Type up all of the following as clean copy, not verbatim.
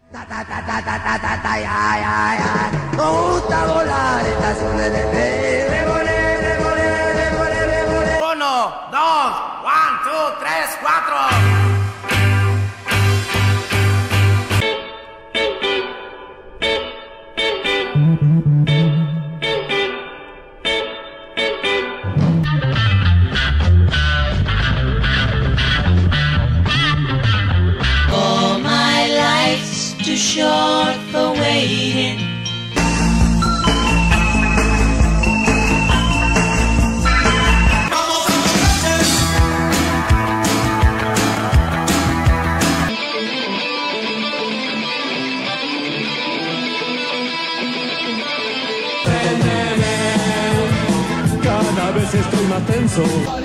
Ta ta ta ta ta ta ta ta ya ya ya. Me gusta volar estaciones de volar. 1, 2, 1, 2, 3, 4. Too short for waiting. Cada vez estoy más tenso.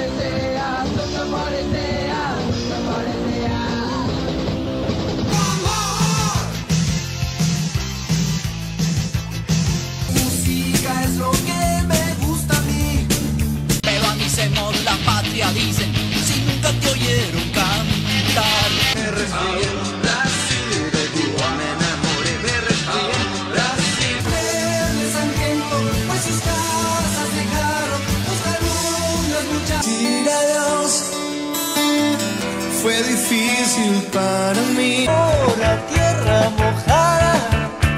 Es lo que me gusta a mí. Pero a mí se nos la patria, dicen, si nunca te oyeron cantar. Me resfrié en Brasil, de Cuba me enamoré, me resfrié en Brasil. El sargento, pues sus casas dejaron los alumnos muchachos. Decir adiós fue difícil para mí. Oh, la tierra mojada.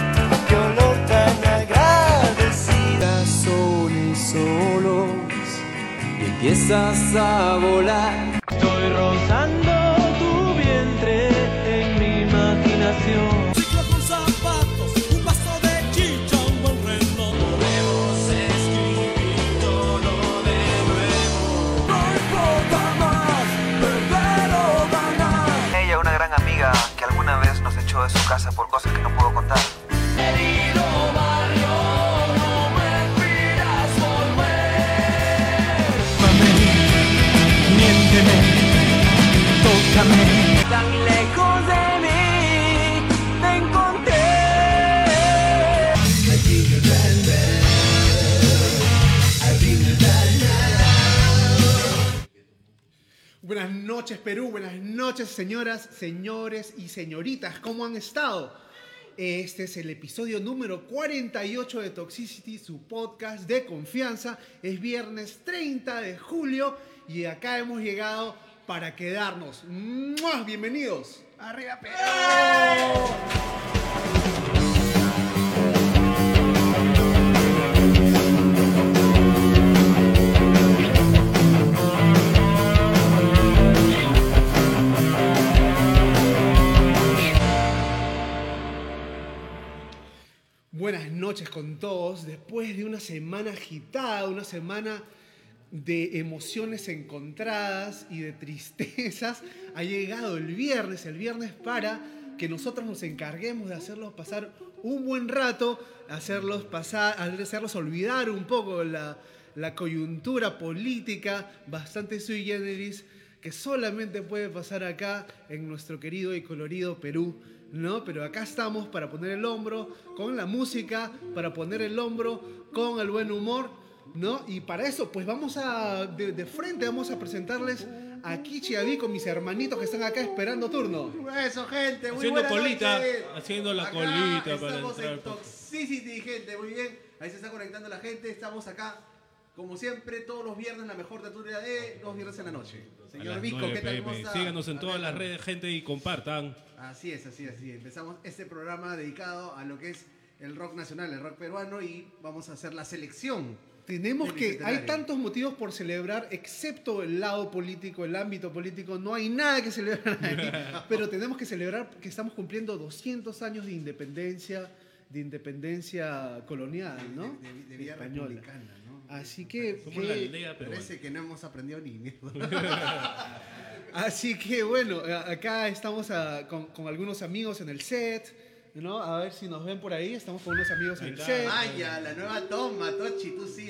Empiezas a volar. Estoy rozando tu vientre en mi imaginación. Ciclo con zapatos, un vaso de chicha, un buen reloj. Podemos escribir todo de nuevo. No importa más, perder o ganar. Ella, una gran amiga que alguna vez nos echó de su casa por cosas que no puedo contar. Querido barrio, no me pidas volver. Miénteme, tócame. Tan lejos de mí te encontré. Buenas noches, Perú. Buenas noches, señoras, señores y señoritas. ¿Cómo han estado? Este es el episodio número 48 de Toxicity, su podcast de confianza. Es viernes 30 de julio y acá hemos llegado para quedarnos. ¡Mua! Bienvenidos. ¡Arriba, Perú! Buenas noches con todos. Después de una semana agitada, una semana de emociones encontradas y de tristezas, ha llegado el viernes para que nosotros nos encarguemos de hacerlos pasar un buen rato, hacerlos olvidar un poco la coyuntura política bastante sui generis que solamente puede pasar acá en nuestro querido y colorido Perú, ¿no? Pero acá estamos para poner el hombro con la música, para poner el hombro con el buen humor, ¿no? Y para eso, pues vamos de frente, vamos a presentarles a Kichi y a Vi con mis hermanitos que están acá esperando turno. Eso, gente, muy Haciendo buenas colita, noches. haciendo la Acá colita para estamos entrar. en Toxicity, gente, muy bien. Ahí se está conectando la gente, estamos acá, como siempre, todos los viernes, la mejor tertulia de los viernes en la noche. A Señor las Vico, 9 ¿qué tal? PM. ¿Cómo está? Síganos en todas las redes, gente, y compartan. Así es. Empezamos este programa dedicado a lo que es el rock nacional, el rock peruano, y vamos a hacer la selección. Hay tantos motivos por celebrar, excepto el lado político, el ámbito político, no hay nada que celebrar ahí, pero tenemos que celebrar que estamos cumpliendo 200 años de independencia colonial, ¿no? De vida española. republicana, ¿no? Así que, Somos la aldea peruana. Parece que no hemos aprendido ni mierda. así que bueno, acá estamos con algunos amigos en el set, ¿no? A ver si nos ven por ahí, estamos con unos amigos en el set. Vaya, la nueva toma, Tochi, tú sí.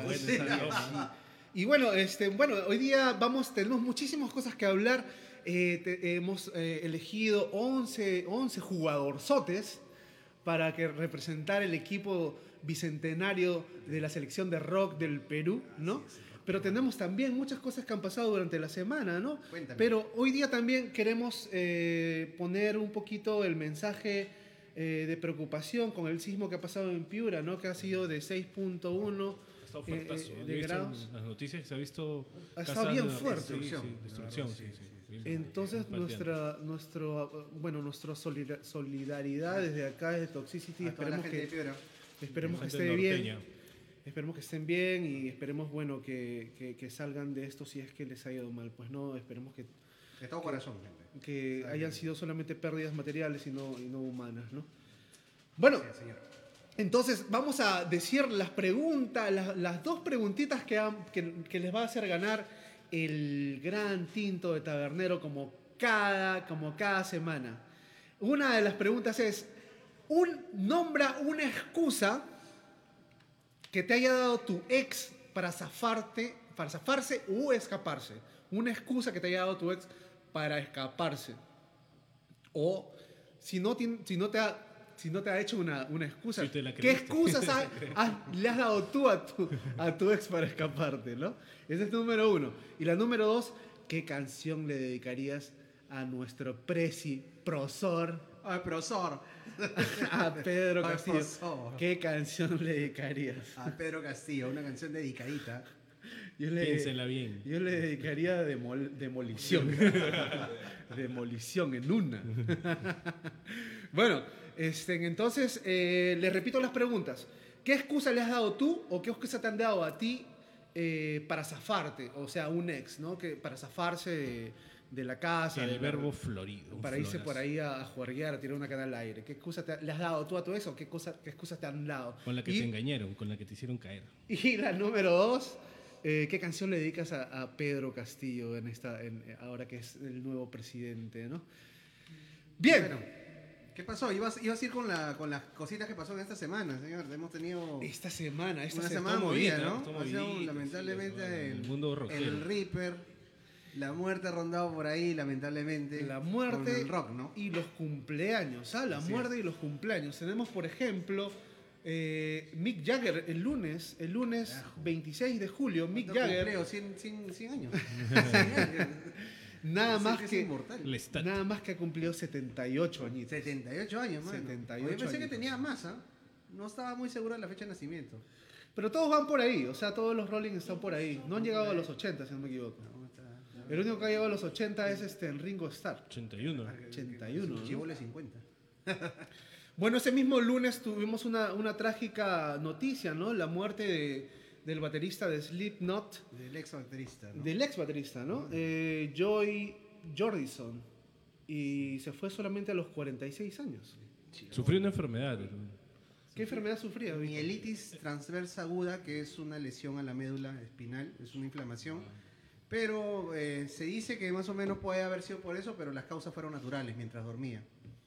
Y bueno, hoy día tenemos muchísimas cosas que hablar. Hemos elegido 11 jugadorzotes para que representar el equipo bicentenario de la selección de rock del Perú, ¿no? Pero tenemos también muchas cosas que han pasado durante la semana, ¿no? Cuéntame. Pero hoy día también queremos poner un poquito el mensaje de preocupación con el sismo que ha pasado en Piura, ¿no? Que ha sido de 6.1 Está fuertazo. Yo he de visto grados. en las noticias que se ha visto. Ha estado bien fuerte. Destrucción, sí. Bien Entonces palteante. nuestra solidaridad desde acá, desde Toxicity, A toda la esperemos gente de que, Piura. esperemos que Gente esté bien. norteña. Esperemos que estén bien y esperemos, bueno, que salgan de esto si es que les ha ido mal. Pues no, esperemos que De todo corazón, gente. hayan sido solamente pérdidas materiales y no humanas, ¿no? Bueno, Sí, señor. entonces vamos a decir las preguntas, las dos preguntitas que les va a hacer ganar el gran tinto de tabernero como cada semana. Una de las preguntas es, nombra una excusa que te haya dado tu ex para zafarse o escaparse. Una excusa que te haya dado tu ex para escaparse. O si no te ha hecho una excusa, Si te la ¿qué creíste. excusas le has dado tú a tu ex para escaparte, ¿no? Ese es número uno. Y la número dos, ¿qué canción le dedicarías a nuestro profesor, Ay, profesor. a Pedro Ay, Castillo? profesor. ¿Qué canción le dedicarías? A Pedro Castillo, una canción dedicadita. Piénsenla bien. Yo le dedicaría demolición. Demolición en una. Bueno, entonces, les repito las preguntas. ¿Qué excusa le has dado tú o qué excusa te han dado a ti para zafarte? O sea, un ex, ¿no? Que para zafarse de la casa. El verbo florido. Para irse florazo. por ahí a juerguear, a tirar una cara al aire. ¿Qué excusa le has dado tú a tu ex o qué excusas te han dado? Con la que Y- te engañaron, con la que te hicieron caer. y la número dos, ¿qué canción le dedicas a Pedro Castillo ahora que es el nuevo presidente, ¿no? Bien. Bueno, ¿qué pasó? Ibas a ir con las cositas que pasó en esta semana, señor. Hemos tenido Esta semana una se semana está movida, moviendo. ¿no? está Ha sido, movidito, lamentablemente sí, el mundo rockero. el Reaper, la muerte ha rondado por ahí, lamentablemente. La con muerte el rock, ¿no? y los cumpleaños. La Así muerte es. y los cumpleaños. Tenemos, por ejemplo, Mick Jagger el lunes 26 de julio. Mick ¿Cuánto Jagger, cumpleo? 100 años. nada Dicen más es que inmortal. Lestat. nada más que ha cumplido 78 añitos. 78 años, mano. 78 Yo pensé que añitos. tenía más, ¿ah? No estaba muy seguro de la fecha de nacimiento. Pero todos van por ahí, o sea, todos los Rolling están por ahí. No han llegado a los 80, si no me equivoco. No, está- El único que ha llegado a los 80 es Ringo Starr. 81. 81, ¿no? Chibole 50. Bueno, ese mismo lunes tuvimos una trágica noticia, ¿no? La muerte del baterista de Slipknot, Del ex baterista, ¿no? del ex baterista, ¿no? Joy Jordison. Y se fue solamente a los 46 años. Sufrió una enfermedad. ¿Qué enfermedad sufría? Víctor? Mielitis transversa aguda, que es una lesión a la médula espinal, es una inflamación. Pero se dice que más o menos puede haber sido por eso, pero las causas fueron naturales mientras dormía.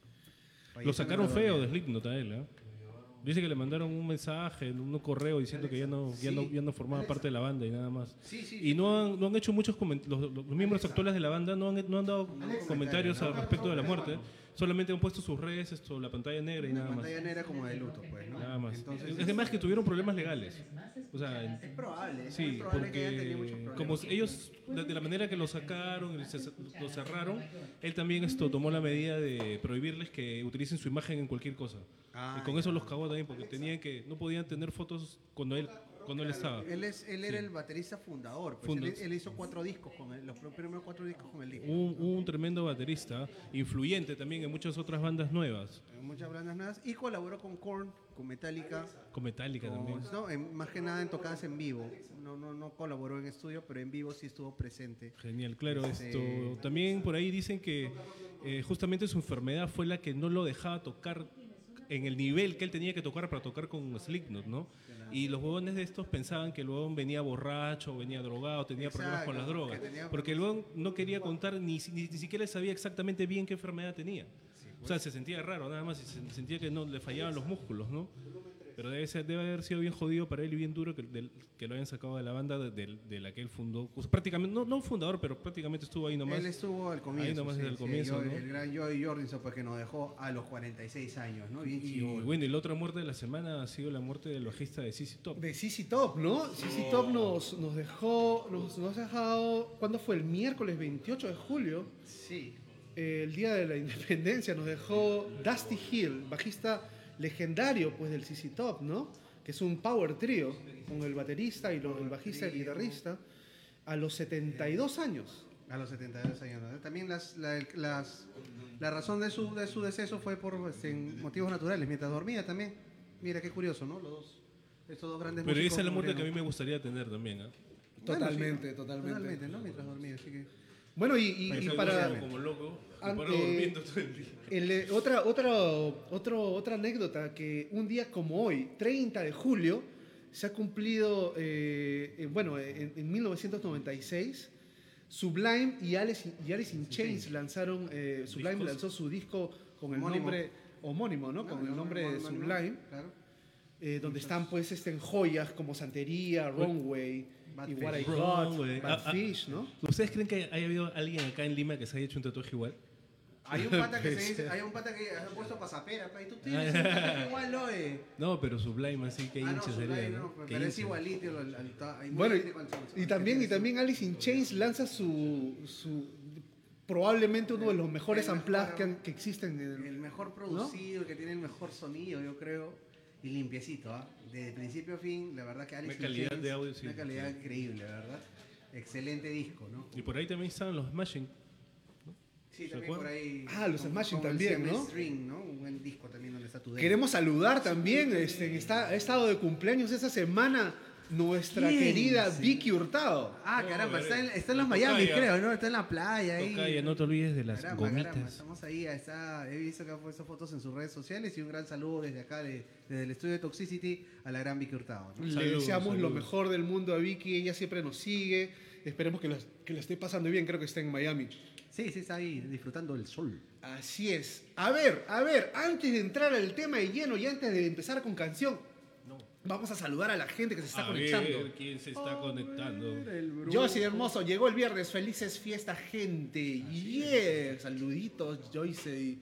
Lo sacaron mientras feo dormía. de Slipknot a él, ¿eh? Dice que le mandaron un mensaje, un correo diciendo que ya no formaba parte de la banda y nada más. Sí, sí. Y no han hecho muchos comentarios, los miembros actuales de la banda no han dado comentarios al respecto de la muerte. Solamente han puesto sus redes, la pantalla negra y Una nada más. pantalla negra como de luto, pues, ¿no? Nada más. Entonces, Es más que tuvieron problemas legales. O sea, es probable, es sí, probable que haya tenido muchos porque problemas. como ellos, de la manera que lo sacaron, lo cerraron, él también tomó la medida de prohibirles que utilicen su imagen en cualquier cosa. Ah, Y con eso los cagó también, porque no podían tener fotos cuando él estaba. Él era el baterista fundador. Pues él hizo 4 discos los primeros 4 discos con el disco. Un tremendo baterista, influyente también en muchas otras bandas nuevas, Muchas bandas nuevas. Y colaboró con Korn, con Metallica. con Metallica también. No, más que nada en tocadas en vivo. No colaboró en estudio, pero en vivo sí estuvo presente. Genial, claro. Este- También por ahí dicen que justamente su enfermedad fue la que no lo dejaba tocar en el nivel que él tenía que tocar para tocar con Slipknot, ¿no? Y los huevones de estos pensaban que el huevón venía borracho, venía drogado, tenía problemas con las Exacto, drogas. que tenía Porque el huevón no quería contar, ni siquiera sabía exactamente bien qué enfermedad tenía. O sea, se sentía raro nada más, y sentía que no le fallaban los músculos, ¿no? Pero debe haber sido bien jodido para él y bien duro que lo hayan sacado de la banda de la que él fundó. Pues prácticamente, no fundador, pero prácticamente estuvo ahí nomás. Él estuvo al comienzo. Ahí nomás desde el comienzo, ¿no? El gran Joy Jordison, pues, que nos dejó a los 46 años, ¿no? Bien Y chibolo. bueno, y la otra muerte de la semana ha sido la muerte del bajista de ZZ Top. De ZZ Top, ¿no? ZZ Top nos ha dejado, ¿cuándo fue? El miércoles 28 de julio. Sí. el día de la independencia nos dejó Dusty Hill, bajista legendario pues del ZZ Top, ¿no? Que es un power trio con el baterista y el bajista y el guitarrista a los 72 años. A los 72 años. ¿No? También la razón de su deceso fue por motivos naturales, mientras dormía también. Mira qué curioso, ¿no? Estos dos grandes Pero músicos esa es la muerte que a mí murieron. me gustaría tener también, ¿ah? Totalmente. Totalmente, ¿no? Mientras dormía, así que... Bueno, y Parecía para... como loco, An- paro durmiendo todo el día. Otra anécdota, que un día como hoy, 30 de julio, se ha cumplido, en 1996, Sublime y Alice in Chains lanzaron, Sublime ¿Discos? lanzó su disco con el Homónimo. nombre homónimo, ¿no? Con el nombre de homónimo, Sublime, Claro. donde están pues en joyas como Santería, Runway Bad y Fish. What I Got, Runway. Bad Fish, ¿no? ¿Ustedes creen que haya habido alguien acá en Lima que se haya hecho un tatuaje igual? Hay un pata que se ha puesto pasapera, y tú tienes un tatuaje igual, ¿no? No, pero Sublime, así que No, hincha sería, Sublime, ¿no? no, Qué pero es hincha. igualito. Bueno, y también Alice in Chains lanza su probablemente uno de los mejores el unplugged mejor- que existen en El mejor producido, que tiene el mejor sonido, yo creo, y limpiecito, ¿ah? De principio a fin, la verdad que Alice Una calidad in Chains, de audio, sí, una calidad sí. increíble, la verdad. Excelente disco, ¿no? Y por ahí también estaban los Smashing. Sí, ¿Se también por acuerdan? ahí. Los Smashing con el también, Siamese ¿no? String, ¿no? Un buen disco también donde está tu dedo. Queremos saludar también, ha estado de cumpleaños esa semana nuestra ¿Quién? querida Sí. Vicky Hurtado. Ah, caramba, está en Tocaya. los Miami, creo, ¿no? Está en la playa ahí. Tocaya, no te olvides de las Caramba, gomitas. estamos ahí, he visto que ha puesto fotos en sus redes sociales y un gran saludo desde acá, desde el estudio de Toxicity, a la gran Vicky Hurtado, ¿no? Le Saludos, deseamos lo saludos. mejor del mundo a Vicky, ella siempre nos sigue. Esperemos que la esté pasando bien, creo que está en Miami. Sí, está ahí disfrutando del sol. Así es. A ver, antes de entrar al tema de lleno y antes de empezar con canción, vamos a saludar a la gente que se está A conectando. ver quién se está conectando. Joyce hermoso, llegó el viernes, felices fiestas, gente. Yeah, saluditos, Joyce. Y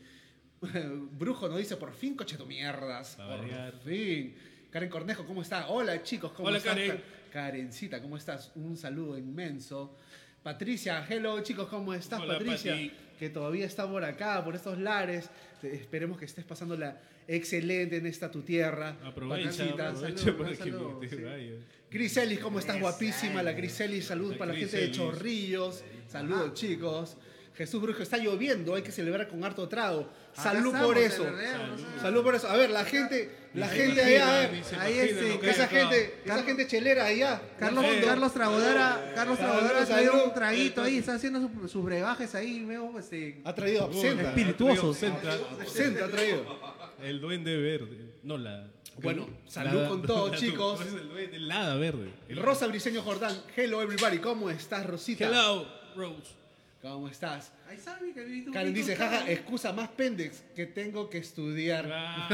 Brujo nos dice, por fin, coche tu mierdas. A variar. Por fin. Karen Cornejo, ¿cómo está? Hola, chicos, ¿cómo Hola, estás? Karen. Karencita, ¿cómo estás? Un saludo inmenso. Patricia, hello, chicos, ¿cómo estás, Hola, Patricia? Pati. Que todavía está por acá, por estos lares. Esperemos que estés pasándola excelente en esta tu tierra. Aprovecha Patricita. saludo, para que saludo, te sí. vayas. Criselis, ¿cómo estás? Guapísima la Criselis. Saludos para la gente de Criselis. Chorrillos. Saludos, chicos. Jesús Brujo, está lloviendo, hay que celebrar con harto trago. Acá Salud estamos, por eso. de verdad, no sé. Salud por eso. A ver, la gente Imagina, allá, ni se ahí imagina este, lo que esa hay acá. gente chelera allá. Carlos Fondo. Trabodara Salud, ha traído salud. un traguito ahí, está haciendo sus brebajes ahí, veo, Ha traído absenta. espirituosos. Absenta ha traído. El duende verde. No, la... Bueno, salud con todo, chicos. Es el duende, el hada verde. El Rosa Briseño Jordán, hello everybody, ¿cómo estás, Rosita? Hello, Rose. ¿Cómo estás? Ahí sabe que vi tu Karen rico dice, trago. jaja, excusa más pendex que tengo que estudiar.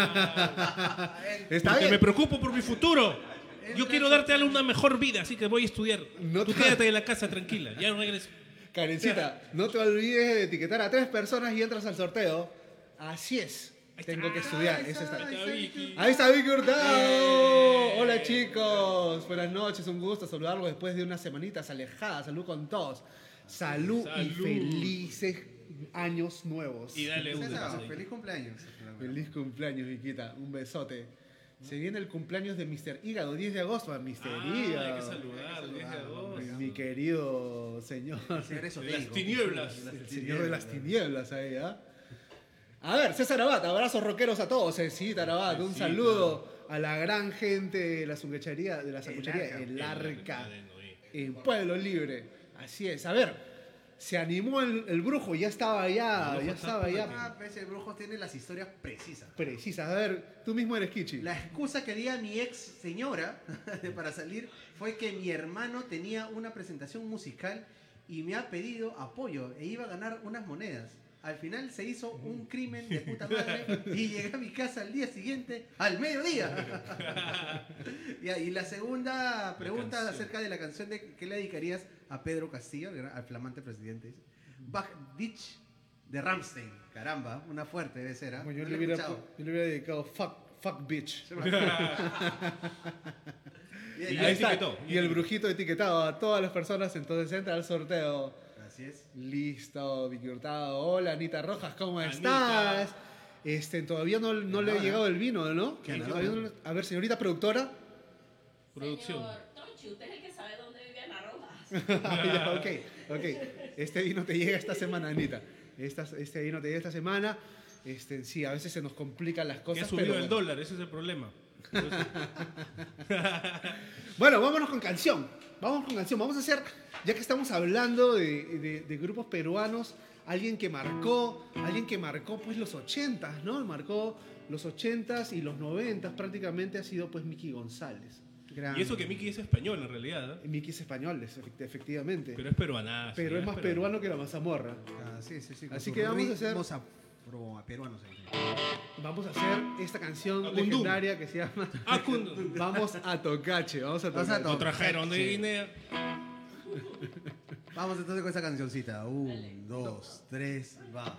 Ah, Está porque bien. me preocupo por mi futuro. Yo quiero darte una mejor vida, así que voy a estudiar. No Tú te- quédate en la casa tranquila, ya no regreso. Karencita, no te olvides de etiquetar a 3 personas y entras al sorteo. Así es. Tengo que estudiar. Eso está. Ahí está Vicky. Ahí está Vicky Hurtado. Hola chicos. Buenas noches. Un gusto saludarlos después de unas semanitas alejadas. Salud con todos. Salud y Salud. felices años nuevos. Y dale una. César, feliz cumpleaños. Feliz cumpleaños, Viquita. Un besote. Se viene el cumpleaños de Mr. Hígado, 10 de agosto. Mr. Hay Hígado. que saludar, 10 de agosto. Mi querido señor. Señor De las esotérico. tinieblas. El señor de las tinieblas ahí, ¿ah? A ver, César Abad, abrazos rockeros a todos. Cecita Abad, un saludo a la gran gente de la sanguchería, El Arca, en Pueblo Libre. Así es. A ver, se animó el brujo, ya estaba allá, Ah, pues el brujo tiene las historias precisas. precisas. A ver, tú mismo eres Kichi. La excusa que di a mi ex señora para salir fue que mi hermano tenía una presentación musical y me ha pedido apoyo e iba a ganar unas monedas. Al final se hizo un crimen de puta madre y llegué a mi casa al día siguiente, al mediodía. Y la segunda pregunta canción. acerca de la canción de ¿qué le dedicarías a Pedro Castillo, al flamante presidente? Dice, Bach Ditch de Rammstein. Caramba, una fuerte debe ser, ¿ah? Bueno, No yo la le he hubiera escuchado. dedicado fuck bitch. Y Y ahí ya Ahí está. etiquetó. Y el brujito etiquetado a todas las personas, entonces entra al sorteo. Así es. Listo, Vicky Hurtado. Hola, Anita Rojas, ¿cómo Anita. estás? Todavía no le ha llegado el vino, ¿no? ¿Qué Todavía no le- A ver, señorita productora. Producción. Señor Tochi, usted es el que sabe dónde vive Ana Rojas. Ya, ok. Este vino te llega esta semana, Anita. Este vino te llega esta semana. Sí, a veces se nos complican las Que cosas. ha subido pero el dólar, ese es el problema. Bueno, vámonos con canción. Vamos a hacer, ya que estamos hablando de grupos peruanos, alguien que marcó pues los 80s, ¿no? Marcó los 80s y los 90s prácticamente ha sido pues Miki González. Gran- Y eso que Miki es español en realidad, ¿eh? Miki es español, efectivamente. Pero es peruanazo. Pero es más peruano que la mazamorra. Sí. con Así sus que vamos a hacer- ritmos peruanos. Vamos a hacer esta canción Acundum. legendaria que se llama Acundum. Vamos a Tocache. Vamos a Vamos a Tocache. Lo trajeron de Guinea. Vamos entonces con esa cancioncita. 1, 2, 3, va.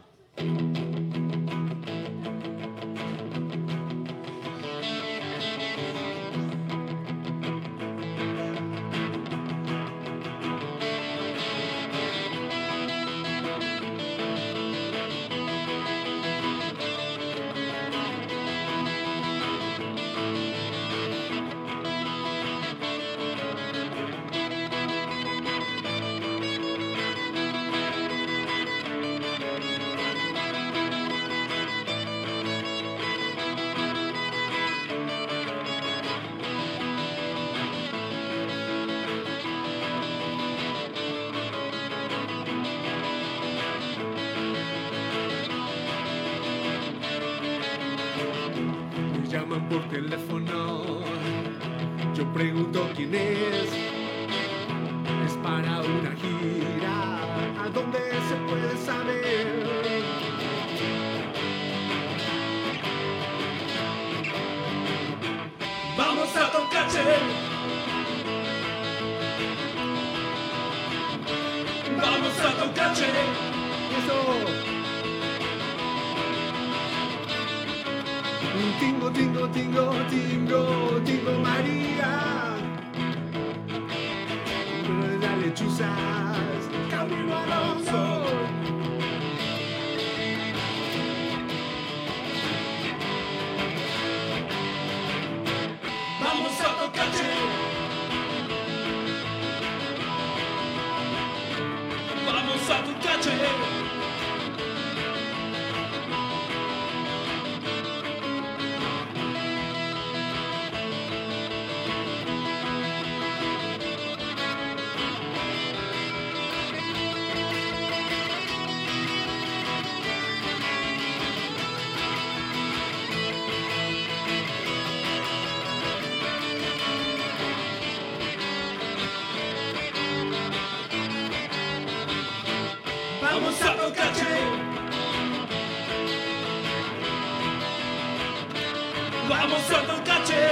Me llaman por teléfono, yo pregunto quién es para una gira, ¿a dónde se puede saber? Vamos a Tocache. Vamos a Tocache. Eso. Tingo, tingo, tingo, tingo, tingo María. Las lechuzas, camino Alonso. Vamos a Tocache. Vamos a Tocache. Vamos a Tocache. Vamos a Tocache.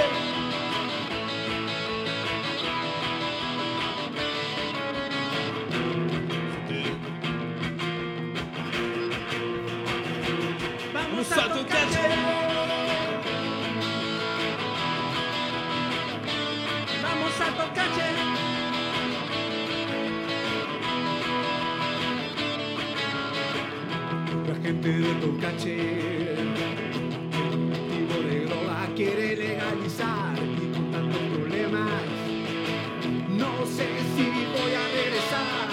Vamos a Tocache. Vamos a Tocache. La gente de Tocache, el cultivo de droga quiere legalizar y con tantos problemas, no sé si voy a regresar.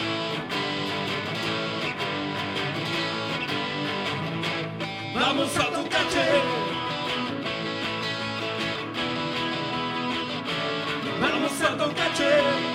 Vamos a Tocache. Vamos a Tocache.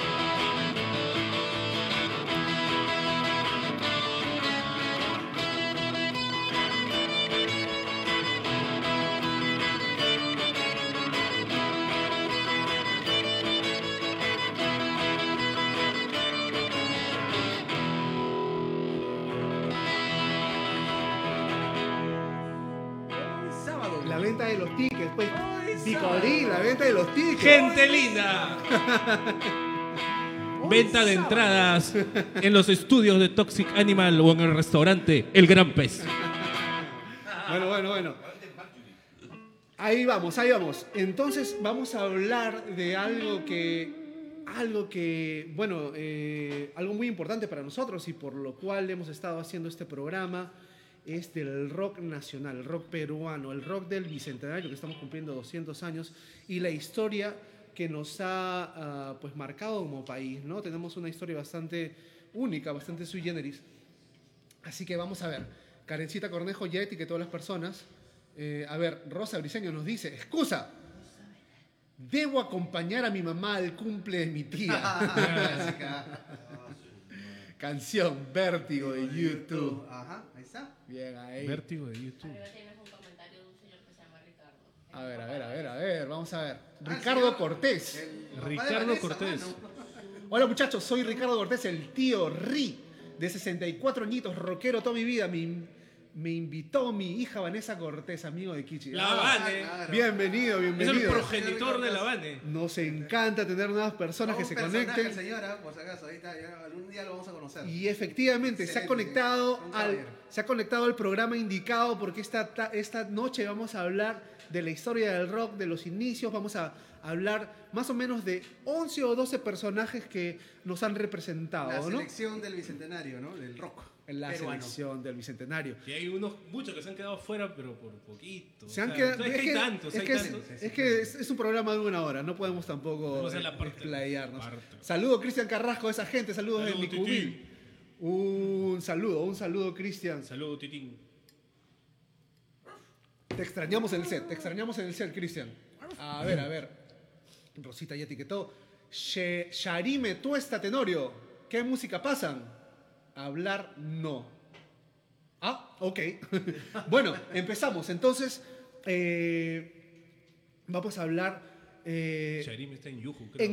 Sábado. La venta de los tickets, pues. Picorín, la venta de los tickets. Gente linda. Venta de entradas en los estudios de Toxic Animal o en el restaurante El Gran Pez. Bueno. Ahí vamos. Entonces vamos a hablar de algo que algo que, bueno, algo muy importante para nosotros y por lo cual hemos estado haciendo este programa es del rock nacional, el rock peruano, el rock del Bicentenario, que estamos cumpliendo 200 años, y la historia que nos ha pues marcado como país, ¿no? Tenemos una historia bastante única, bastante sui generis. Así que vamos a ver. Karencita Cornejo ya etiquetó a las personas. A ver, Rosa Briceño nos dice, excusa, debo acompañar a mi mamá al cumple de mi tía. Canción Vértigo de YouTube. Ajá, ahí está. Bien ahí. Vértigo de YouTube. Arriba tienes un comentario de un señor que se llama Ricardo. A ver, vamos a ver. Ricardo Cortés. Ricardo Cortés. Hola muchachos, soy Ricardo Cortés, el tío Ri, de 64 añitos, rockero toda mi vida. Me invitó mi hija Vanessa Cortés, amigo de Kichi. La Vane. Claro. Bienvenido. Es el progenitor de la Vane. Nos encanta tener nuevas personas que se conecten. Señora, por si acaso, ahorita algún día lo vamos a conocer. Y efectivamente se ha conectado al programa indicado porque esta noche vamos a hablar de la historia del rock, de los inicios. Vamos a hablar más o menos de 11 o 12 personajes que nos han representado. La ¿no? selección del Bicentenario, ¿no? Del rock. La peruano. selección del Bicentenario. Y hay muchos que se han quedado fuera, pero por poquito. Se han quedado. Hay tantos. Es un programa de 1 hora, no podemos tampoco explayarnos. Saludo Cristian Carrasco, esa gente, saludos de Micubil. Un saludo, Cristian. Saludo, Titín. Te extrañamos en el set, Cristian. A ver. Rosita ya etiquetó. Sharime Tuesta Tenorio. ¿Qué música pasan? Hablar no. Ok. Bueno, empezamos. Entonces, vamos a hablar. Sharim está en Yuju, creo.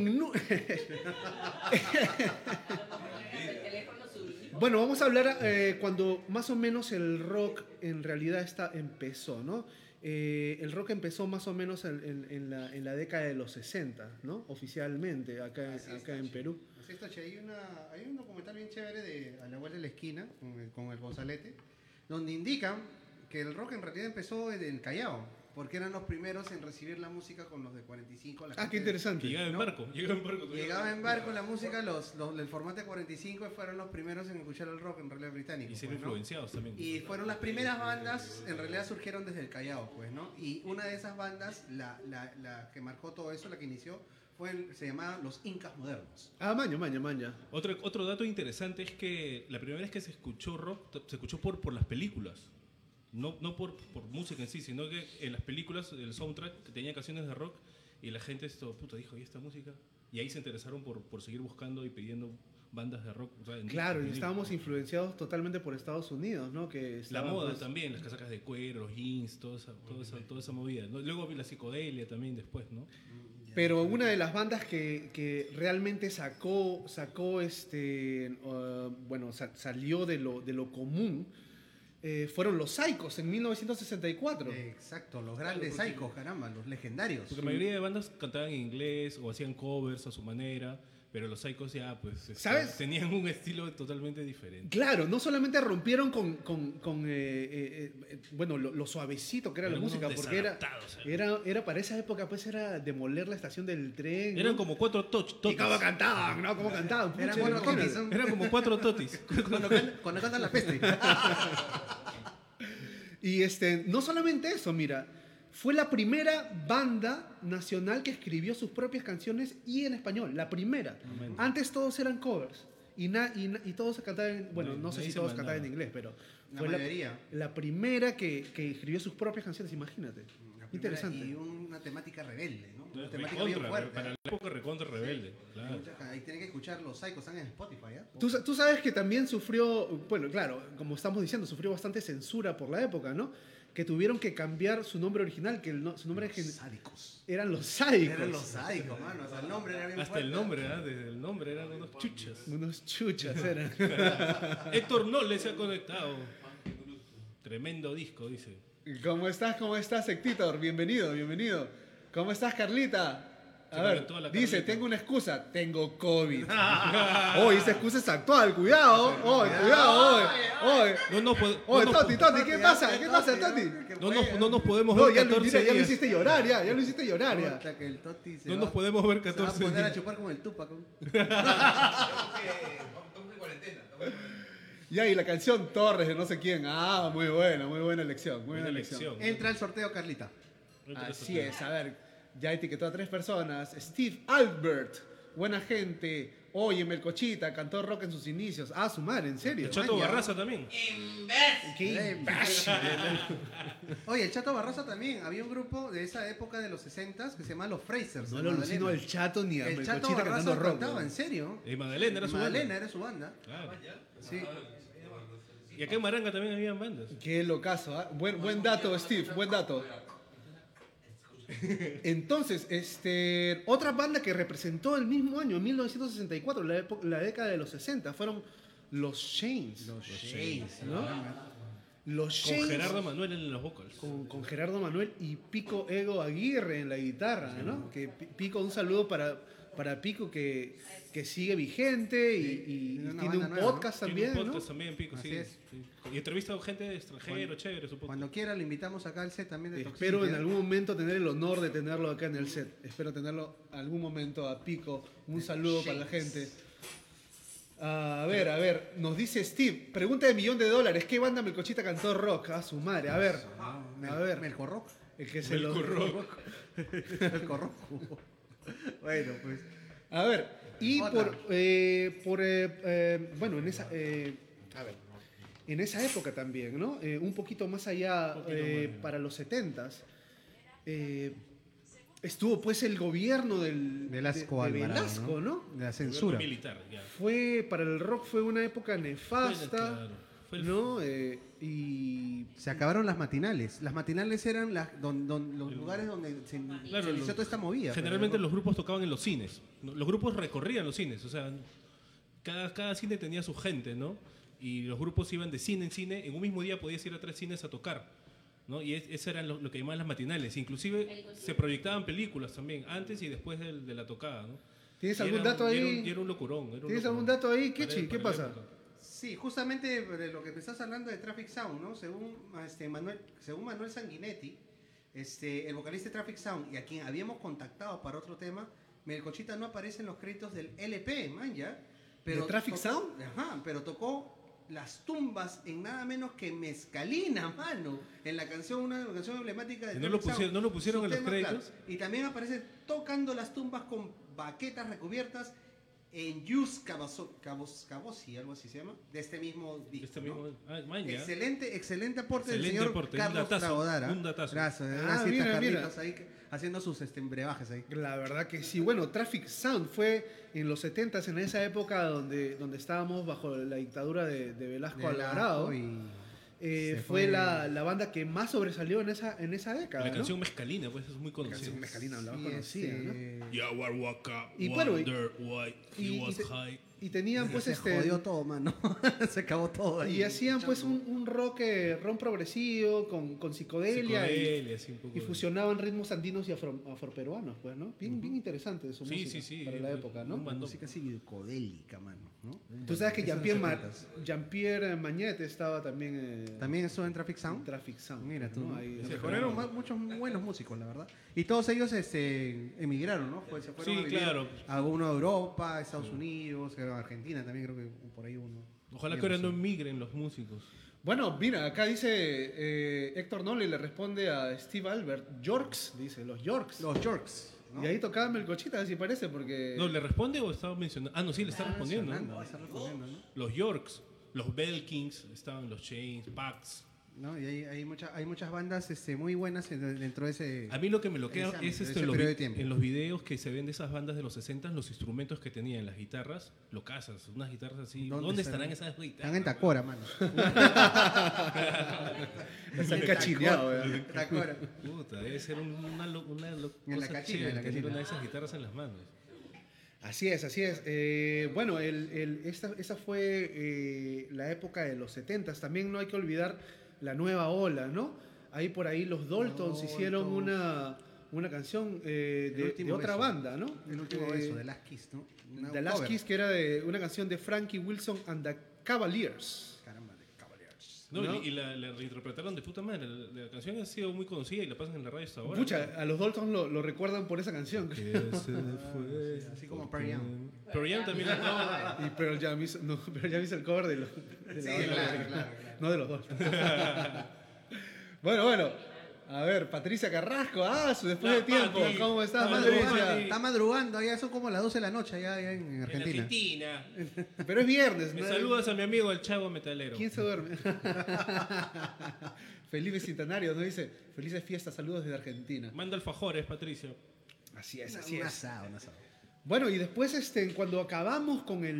Bueno, vamos a hablar cuando más o menos el rock en realidad empezó, ¿no? El rock empezó más o menos en la década de los 60, ¿no? Oficialmente, acá en Perú. Hay un documental bien chévere de A la vuelta de la esquina, con el Gonzalete, donde indican que el rock en realidad empezó en el Callao, porque eran los primeros en recibir la música con los de 45. Qué interesante. Llegaba en barco. Llegaba en barco la música, del formato de 45 fueron los primeros en escuchar el rock en realidad británico. Y ser pues, ¿no? influenciados también. Y fueron las primeras bandas, en realidad surgieron desde el Callao, pues, ¿no? Y una de esas bandas, la que marcó todo eso, la que inició, se llamaba Los Incas Modernos. Maña. Otro dato interesante es que la primera vez que se escuchó rock, se escuchó por las películas. No por música en sí, sino que en las películas, el soundtrack, que tenía canciones de rock, y la gente dijo, ¿y esta música? Y ahí se interesaron por seguir buscando y pidiendo bandas de rock. O sea, claro, y estábamos influenciados totalmente por Estados Unidos, ¿no? La moda también, las casacas de cuero, los jeans, toda esa movida, ¿no? Luego la psicodelia también después, ¿no? Pero una de las bandas que realmente salió de lo común, fueron los Psychos en 1964. Exacto, los grandes Psychos, caramba, los legendarios. Porque la mayoría de bandas cantaban en inglés o hacían covers a su manera, pero los Psychos ya pues ¿sabes? Tenían un estilo totalmente diferente. Claro, no solamente rompieron con lo suavecito que era la música, porque era para esa época, pues era demoler la estación del tren. Eran como 4 totis. ¿Y cómo cantaban? ¿No? ¿Cómo cantaban? Eran como 4 totis. Cuando cantan La Peste. Y no solamente eso, mira, fue la primera banda nacional que escribió sus propias canciones y en español, la primera. Antes todos eran covers y todos cantaban, no sé si todos cantaban en inglés, pero fue la primera que escribió sus propias canciones, imagínate. Interesante. Y una temática rebelde, ¿no? Una temática recontra, bien fuerte. Para la época recontra rebelde, sí. Claro. Ahí tienen que escuchar los Psychos, están en Spotify, ¿eh? Tú sabes que también sufrió, bueno, claro, como estamos diciendo, sufrió bastante censura por la época, ¿no? Que tuvieron que cambiar su nombre original, que su nombre Sádicos. Eran los Sádicos. Eran los Sádicos, mano. O sea, el nombre era bien hasta fuerte. El nombre, desde el nombre eran unos chuchas. Unos chuchas eran. Héctor Nolle se ha conectado. Tremendo disco, dice. ¿Cómo estás, Héctor? Bienvenido. ¿Cómo estás, Carlita? A ver, dice, tengo una excusa, tengo COVID. Oye, esa excusa es actual, cuidado. Oye, Toti, ¿qué pasa? ¿Qué pasa, Toti? No nos podemos No, ver ya 14 días. lo hiciste llorar, ya lo hiciste llorar, ya. Puta, que el Toti No nos podemos ver se va a 14 poner a días. chupar como el Tupac. Ya, y la canción Torres de no sé quién. Ah, muy buena elección, muy buena elección. Entra al sorteo, Carlita. Así es, a ver, ya etiquetó a 3 personas. Steve Albert, buena gente. Oye, Melcochita, cantó rock en sus inicios. Ah, su madre, ¿en serio? El Chato Man, ya. Barraza también. Qué imbécil. Oye, el Chato Barraza también. Había un grupo de esa época de los 60s que se llama Los Frasers. No de lo Magdalena. alucino el Chato ni a El Chato Melcochita cantando Barraza rock. cantaba, ¿no? en serio. Y Magdalena era su banda. Magdalena era su banda. Claro. Sí. Y acá en Maranga también habían bandas. Qué locazo, ¿ah? Buen dato, Steve, buen dato. Entonces, otra banda que representó el mismo año, en 1964, la década de los 60, fueron los Shanes. Los Shanes, ¿no? Los Con Shanes. Gerardo Manuel en los vocals. Con Gerardo Manuel y Pico Ego Aguirre en la guitarra, ¿no? Que Pico, un saludo para Pico que sigue vigente y Tiene una tiene un banda nueva, podcast Tiene también, un podcast ¿no? también, Pico, Así sí. es. Sí. Y entrevista a gente de extranjero, chévere, su podcast. Cuando quiera, le invitamos acá al set también de Espero en Toxicidad. algún momento tener el honor de tenerlo acá en el set. Espero tenerlo algún momento a Pico. Un saludo para la gente. A ver, nos dice Steve, pregunta de $1.000.000, ¿qué banda Melcochita cantó rock? A su madre, a ver. Melcorrock. El que se lo... Melcorrock. Bueno, pues. A ver, y Otra. bueno, en esa época también, ¿no? Un poquito más allá, para los 70s, estuvo pues el gobierno Velasco de Alvarado, Velasco, ¿no? De la censura. Militar, ya. Para el rock fue una época nefasta, Claro, fue el- ¿no? Y Se acabaron las matinales. Las matinales eran los lugares donde se Claro, inició toda esta movida. Generalmente los grupos tocaban en los cines. ¿No? Los grupos recorrían los cines. O sea, cada cine tenía su gente, ¿no? Y los grupos iban de cine en cine. En un mismo día podías ir a 3 cines a tocar, ¿no? Y eso eran lo que llamaban las matinales. Inclusive se proyectaban películas también, antes y después de la tocada, ¿no? ¿Tienes Y algún dato ahí? Y era un locurón. ¿Tienes algún dato ahí, Kechi? ¿Qué pasa? Sí, justamente de lo que me estás hablando de Traffic Sound, ¿no? Según Manuel Sanguinetti, el vocalista de Traffic Sound, y a quien habíamos contactado para otro tema, Melcochita no aparece en los créditos del LP, man, ya. ¿De Traffic Sound? Ajá, pero tocó las tumbas en nada menos que Mezcalina, mano. En la canción, una canción emblemática de ¿No lo Traffic Sound. no lo pusieron Su en los tema, créditos? claro. Y también aparece tocando las tumbas con baquetas recubiertas en Yus Cabosi, algo así se llama, de este mismo disco. ¿No? Excelente aporte del Excelente señor aporte, Carlos un datazo, Tragodara. un datazo. Gracias, Ah, gracias mira, Carlitos ahí haciendo sus brebajes ahí. La verdad que sí. Bueno, Traffic Sound fue en los 70s, en esa época donde estábamos bajo la dictadura de Velasco Alvarado. Fue la banda que más sobresalió en esa década. La ¿no? canción Mezcalina, pues es muy La conocida. canción Mezcalina, la más Y conocida, ¿no? Yawarwaka, Y bueno, wonder why he was y high. y tenían pues Se jodió todo, mano. Se acabó todo ahí. y hacían pues un rock progresivo con psicodelia, Psicodelia, sí, un poco y de- fusionaban ritmos andinos y afroperuanos, pues, ¿no? Bien interesante su Sí, música sí, para la época, ¿no? un bandón. Música psicodélica, mano, ¿no? Tú sabes que Esa Jean-Pierre es las épocas. Jean-Pierre Magnet estaba también También estuvo en Traffic Sound. en Traffic Sound. Mira tú, ¿no? Ahí- Se fueron muchos buenos músicos, la verdad. Y todos ellos emigraron, ¿no? Pues se fueron Sí, a vivir claro. a uno de Europa, Estados Unidos, a Argentina también, creo que por ahí uno. Ojalá que ahora no emigren los músicos. Bueno, mira, acá dice Héctor Noli le responde a Steve Albert, Yorks, dice, los Yorks. Los Yorks. ¿no? Y ahí tocaba Melcochita, así parece, porque... No, ¿le responde o estaba mencionando? Ah, no, sí, le está respondiendo. Sonando, está respondiendo, ¿no? Los Yorks, los Belkins, estaban los Chains, Pax. ¿No? Y hay muchas bandas muy buenas dentro de ese... A mí lo que me bloquea ese es ese en los, periodo de tiempo. en los videos que se ven de esas bandas de los 60, los instrumentos que tenían, las guitarras, locasas, unas guitarras así. ¿Dónde estarán esas guitarras? Están en Tacora, mano. Están cachineados, ¿eh? Tacora. Puta, debe ser una En la cosa cachina, chévere en la tener cachina. una de esas guitarras en las manos. Así es, así es. Bueno, esa fue la época de los 70s. También no hay que olvidar la nueva ola, ¿no? Ahí por ahí los Daltons hicieron una canción de otra banda, ¿no? El último beso, de Last Kiss, ¿no? The Last Kiss, que era de una canción de Frankie Wilson and the Cavaliers. Caramba, de Cavaliers. No, y la reinterpretaron de puta madre. La canción ha sido muy conocida y la pasan en la radio hasta ahora. Pucha, a los Dalton lo recuerdan por esa canción. Así como Pearl Jam. Pearl Jam también la Y Pearl Jam hizo el cover de la banda. Claro. No de los Dalton. Bueno. A ver, Patricia Carrasco, después de tiempo, Pati. ¿cómo estás, Está Patricia? Está madrugando, ya son como las 12 de la noche allá en Argentina. Pero es viernes, Me ¿no? saludas a mi amigo el Chavo Metalero. ¿Quién se duerme? Felipe Cintenario nos dice, felices fiestas, saludos desde Argentina. Manda alfajores, Patricia. Así es, Un así es. asado. Bueno, y después cuando acabamos con la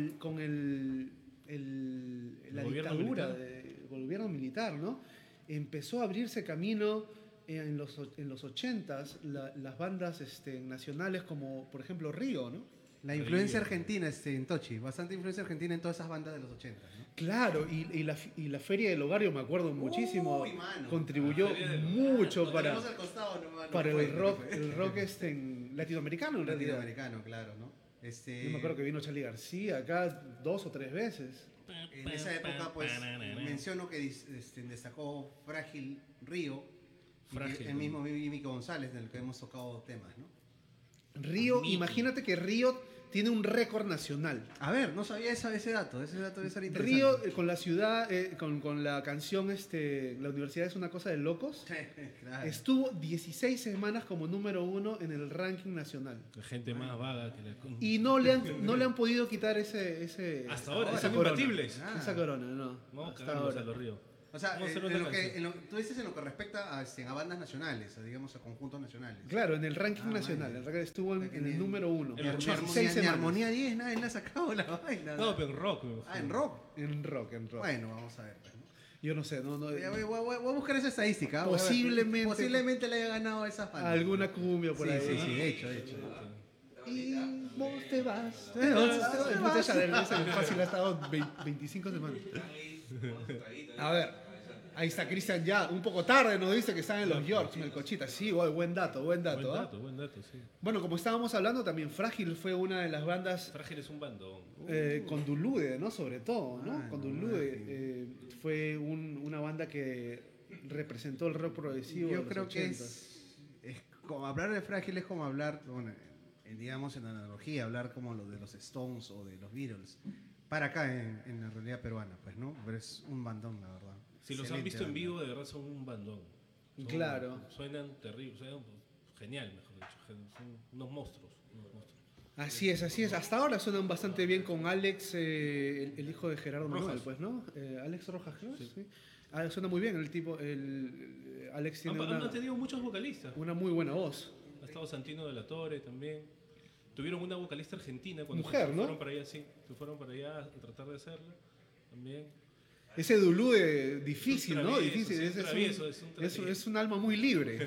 gobierno dictadura militar. del gobierno militar, ¿no? Empezó a abrirse camino en los 80s las bandas nacionales como, por ejemplo, Río, ¿no? La influencia argentina, en Tochi, bastante influencia argentina en todas esas bandas de los 80, ¿no? Claro, y la Feria del Hogar, yo me acuerdo muchísimo, Uy, mano. contribuyó La Feria del mucho Lo para tenemos al costado, no, mano, el fue, rock, fue. el rock latinoamericano, en realidad. Latinoamericano, claro, ¿no? Yo me acuerdo que vino Charly García acá 2 o 3 veces. En esa época, pues, menciono que destacó Frágil Río, Frágil, el mismo Mímico González, del que hemos tocado temas, ¿no? Río, imagínate que Río tiene un récord nacional. A ver, no sabía ese dato debe ser interesante. Río, con la ciudad, con la canción La universidad es una cosa de locos, Claro. estuvo 16 semanas como número 1 en el ranking nacional. La gente más vaga que la... Y no le han podido quitar ese Hasta ahora, esa son corona. imbatibles. Esa corona, no. No, hasta cagamos ahora. a los ríos. O sea, Vamos a hacer otra canción. tú dices en lo que respecta a bandas nacionales, digamos a conjuntos nacionales. Claro, en el ranking nacional. vaya. El ranking estuvo en el número 1. En los Ni charts. 16 Ni semanas. Armonía 10, nadie le ha sacado la vaina. No, pero en rock. En rock. En rock. Bueno, vamos a ver. Pues, ¿no? Yo no sé, Ya voy a buscar esa estadística. voy a ver. Posiblemente le haya ganado esas bandas. alguna cumbia por ahí. Sí, de hecho. Y vos te vas. Te vas. Ese fácil ha estado 25 semanas. A ver, ahí está Cristian ya. Un poco tarde nos dice que están en los Yorks, Melcochita. Sí, buen dato. Buen dato, sí. Bueno, como estábamos hablando, también Frágil fue una de las bandas Frágil es un bandón. con Dulude, ¿no? Sobre todo, ¿no? Ah, Con no, Dulude. Fue una banda que representó el rock progresivo. de Yo los creo que 80s. es como hablar de Frágil es como hablar, bueno, digamos en analogía, hablar como lo de los Stones o de los Beatles. Para acá en la realidad peruana, pues, ¿no? Pero es un bandón, la verdad. Si los han Excelente visto en banda. vivo, de verdad son un bandón. Claro. Suenan terribles, suenan genial, mejor dicho. Son unos monstruos. Así es. Hasta ahora suenan bastante bien con Alex, el hijo de Gerardo Rojas. Manuel, pues, ¿no? Alex Rojas, creo. Sí. Suena muy bien el tipo. Alex tiene Han tenido muchos vocalistas. una muy buena voz. Ha estado Santino de la Torre también. Tuvieron una vocalista argentina cuando Mujer, se ¿no? fueron para allá, sí. Se fueron para allá a tratar de hacerla también. Ese Dulude difícil, Es un ¿no? travieso, Difícil. sí, Ese es un travieso. es un alma muy libre.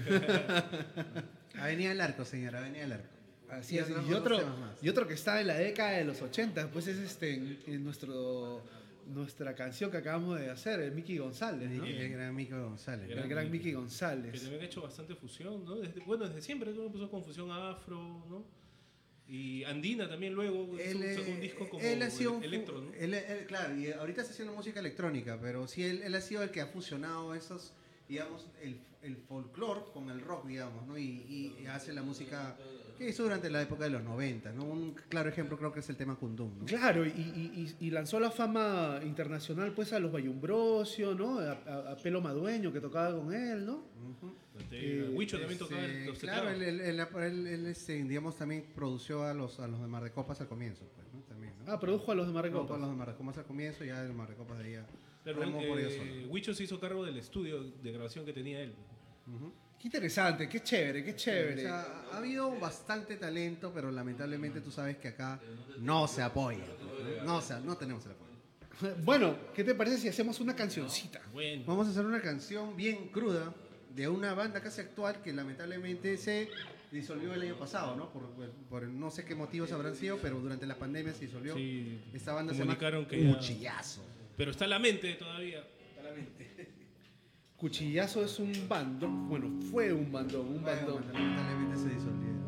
Avenida del Arco, señora, Avenida del Arco. Así es. Y Y otros temas más. otro que está en la década de los 80, pues es en nuestra canción que acabamos de hacer, el Mickey González, ¿no? El gran Mico González. El gran Mickey Que González. también ha hecho bastante fusión, ¿no? Desde siempre, ¿no? Empezó con fusión afro, ¿no? Y Andina también luego sacó un disco como él ha sido electro, ¿no? claro, y ahorita está haciendo música electrónica, pero sí, él ha sido el que ha fusionado esos, digamos, el folclore con el rock, digamos, ¿no? Y hace la música que hizo durante la época de los 90, ¿no? Un claro ejemplo creo que es el tema Kundum, ¿no? Claro, y lanzó la fama internacional pues a los Bayumbrosio, ¿no? A Pelo Madueño que tocaba con él, ¿no? Huicho también tocaba los Claro, teclados. él, digamos, también produció a los de Mar de Copas al comienzo, pues, ¿no? También, ¿no? Produjo a los de Produjo a Marrecopas. los de Mar de Copas al comienzo, ya el Mar de Copas de ahí ya Claro, remó por ellos solos. Huicho se hizo cargo del estudio de grabación que tenía él. Qué interesante, qué chévere, qué O chévere. sea, ha habido bastante talento, pero lamentablemente tú sabes que acá no se apoya. No tenemos el apoyo. Bueno, ¿qué te parece si hacemos una cancioncita? Bueno, Vamos a hacer una canción bien cruda de una banda casi actual que lamentablemente se disolvió el año pasado, ¿no? Por no sé qué motivos habrán sido, pero durante la pandemia se disolvió. sí, Esta banda se llama comunicaron que ya- Cuchillazo. pero está en la mente todavía. Cuchillazo es un bandón, bueno, fue un bandón, Lamentablemente se disolvieron.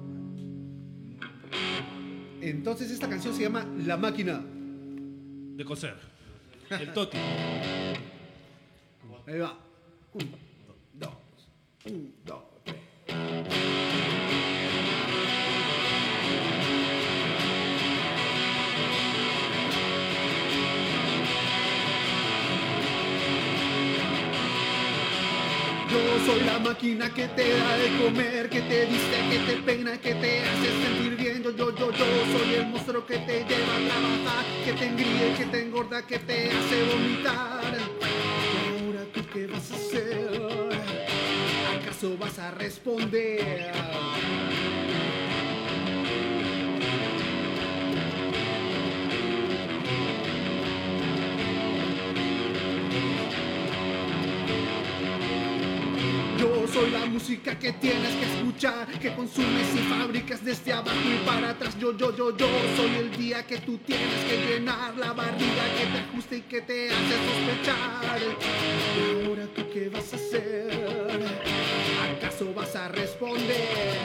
Entonces esta canción se llama La Máquina. De coser. El Toti. Ahí va. 1, 2, 1, 2, 3. Yo soy la máquina que te da de comer, que te viste, que te peina, que te hace sentir bien. Yo soy el monstruo que te lleva a trabajar, que te engríe, que te engorda, que te hace vomitar. ¿Y ahora tú qué vas a hacer? ¿Acaso vas a responder? Yo soy la música que tienes que escuchar, que consumes y fabricas desde abajo y para atrás. Yo soy el día que tú tienes que llenar la barriga, que te ajuste y que te hace sospechar. ¿Y ahora tú qué vas a hacer? ¿Acaso vas a responder?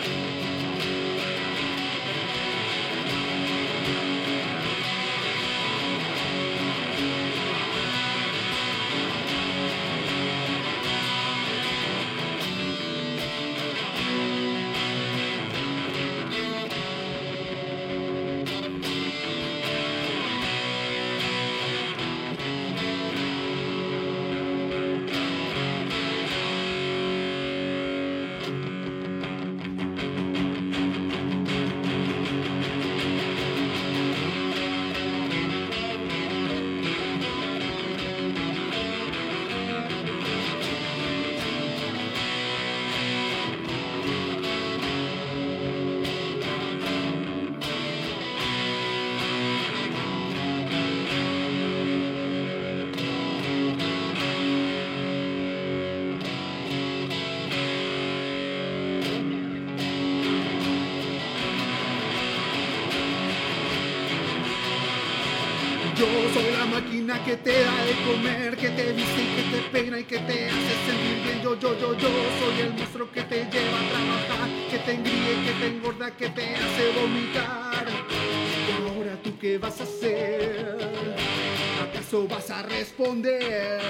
Yo soy la máquina que te da de comer, que te viste y que te peina y que te hace sentir bien. Yo soy el monstruo que te lleva a trabajar, que te engríe, que te engorda, que te hace vomitar. ¿Y ahora tú qué vas a hacer? ¿Acaso vas a responder?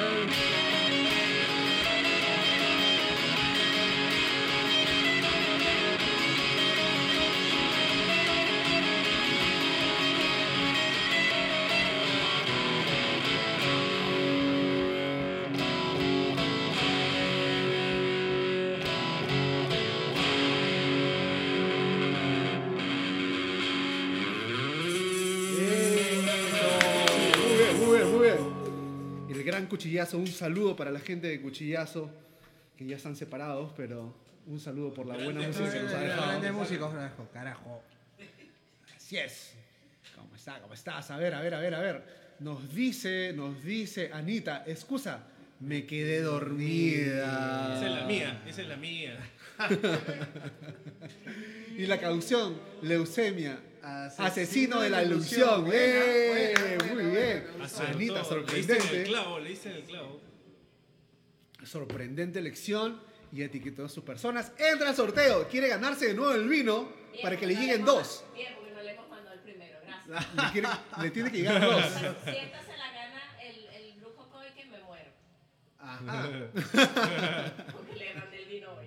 Muy bien. El gran Cuchillazo, un saludo para la gente de Cuchillazo, que ya están separados, pero un saludo por la buena música que nos ha dejado. Grandes músicos, carajo. Así es. ¿Cómo estás? A ver. Nos dice Anita, excusa, me quedé dormida. Esa es la mía. Y la canción, Leucemia, asesino de la ilusión. ilusión. Buena. Muy bien. Acertó. Anita, Le diste en el clavo. Sorprendente elección y etiquetó a sus personas. Entra al sorteo. Quiere ganarse de nuevo el vino para que le lleguen 2. Bien, porque no le hemos mandado el primero, gracias. Le tiene que llegar 2. Sienta se la gana el brujo Coy que me muero. Ajá. Porque le mandé el vino hoy.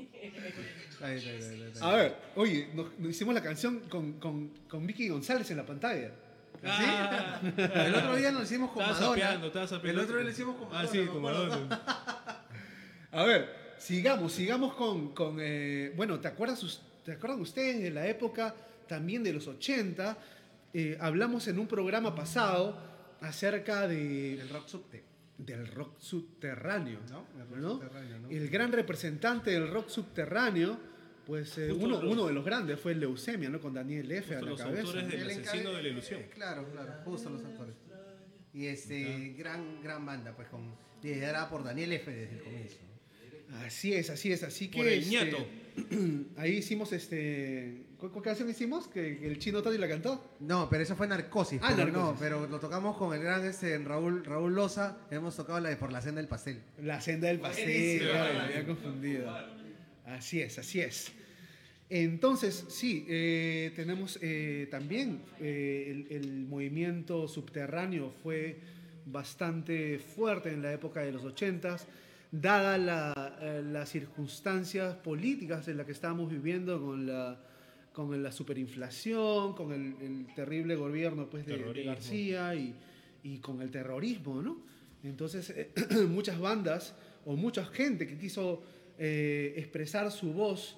A ver, oye, nos hicimos la canción con Vicky González en la pantalla. ¿Sí? El otro día nos hicimos con Madonna. Estabas sapeando. El otro día lo hicimos con Madonna. Ah, sí, con Madonna. A ver, sigamos con bueno, ¿te acuerdan ustedes de la época también de los 80? Hablamos en un programa pasado acerca del rock subterráneo, ¿no? El gran representante del rock subterráneo, pues uno de los grandes fue Leucemia, ¿no? Con Daniel F. a la Los cabeza. autores del asesino de la ilusión. Claro, justo los actores. Y gran banda, pues liderada por Daniel F. desde el comienzo. Así es, así es. Así que Por el ñato. ahí hicimos ¿Cuál canción hicimos? ¿Que el Chino Tony la cantó? No, pero eso fue Narcosis. Ah, pero Narcosis. no, pero lo tocamos con el gran Raúl Loza. Hemos tocado la de Por la senda del pastel. La senda del pastel, Buenísimo. claro, me había confundido. Así es, así es. Entonces, sí, tenemos también el movimiento subterráneo fue bastante fuerte en la época de los 80s, dada las circunstancias políticas en las que estábamos viviendo con la superinflación, con el terrible gobierno pues, de García y con el terrorismo, ¿no? Entonces, muchas bandas o mucha gente que quiso expresar su voz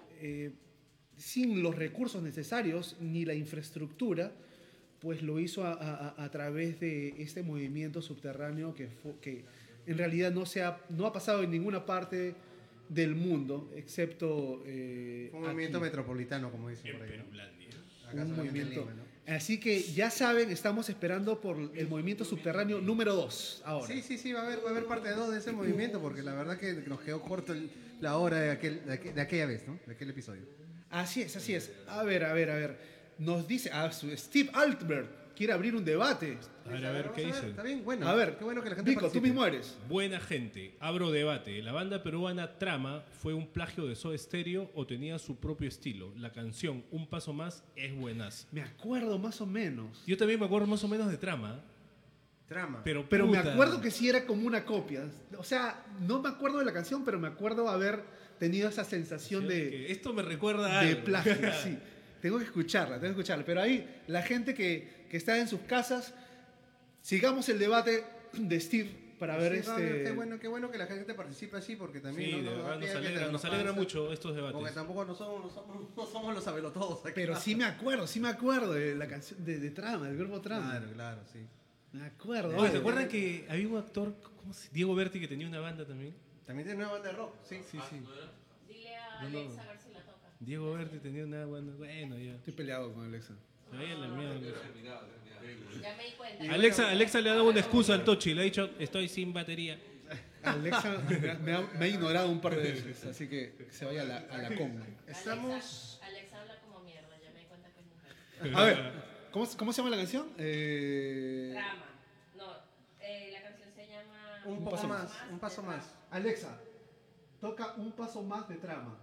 sin los recursos necesarios ni la infraestructura, pues lo hizo a través de este movimiento subterráneo que en realidad no ha pasado en ninguna parte del mundo, excepto Fue un movimiento aquí. metropolitano, como dicen por ahí. Acá Un solamente en movimiento. Lima, ¿no? Así que ya saben, estamos esperando por el movimiento subterráneo número 2 ahora. Sí, va a haber parte 2 de ese movimiento, porque la verdad que nos quedó corto la hora de aquella vez, ¿no? De aquel episodio. Así es, así es. A ver. Nos dice, Steve Altbert quiere abrir un debate. A ver, ¿qué dice? Está bien, bueno. A ver, qué bueno que la gente Nico, tú participe. mismo eres. Buena gente, abro debate. ¿La banda peruana Trama fue un plagio de Soda Stereo o tenía su propio estilo? La canción Un Paso Más es buenaza. Me acuerdo más o menos. Yo también me acuerdo más o menos de Trama. Trama. Pero me puta, acuerdo que sí era como una copia. O sea, no me acuerdo de la canción, pero me acuerdo haber tenido esa sensación que esto me recuerda a de algo. plagio, sí. Tengo que escucharla. Pero ahí, la gente que está en sus casas, sigamos el debate de Steve para ver Sí, qué bueno que la gente participe así, porque también Sí, de verdad, nos alegra mucho estos debates. Porque tampoco no somos los sabelotodos aquí. Pero sí me acuerdo de la canción de Trama, del grupo Trama. Claro, sí. Me acuerdo. Oye, ¿se acuerdan que había un actor, Diego Berti, que tenía una banda también? También tiene una banda de rock, sí. Dile a Alexa a ver si la toca. Diego Berti tenía una banda, bueno, ya. Estoy peleado con Alexa. Ahí en la mierda. Ya me di cuenta. Alexa le ha dado una excusa al Tochi, le ha dicho, estoy sin batería. Alexa me ha ignorado un par de veces, así que se vaya a la con. Estamos... Alexa habla como mierda, ya me di cuenta que es mujer. A ver, ¿cómo se llama la canción? Trama. No, la canción se llama... Un paso más. Alexa, toca Un Paso Más de Trama.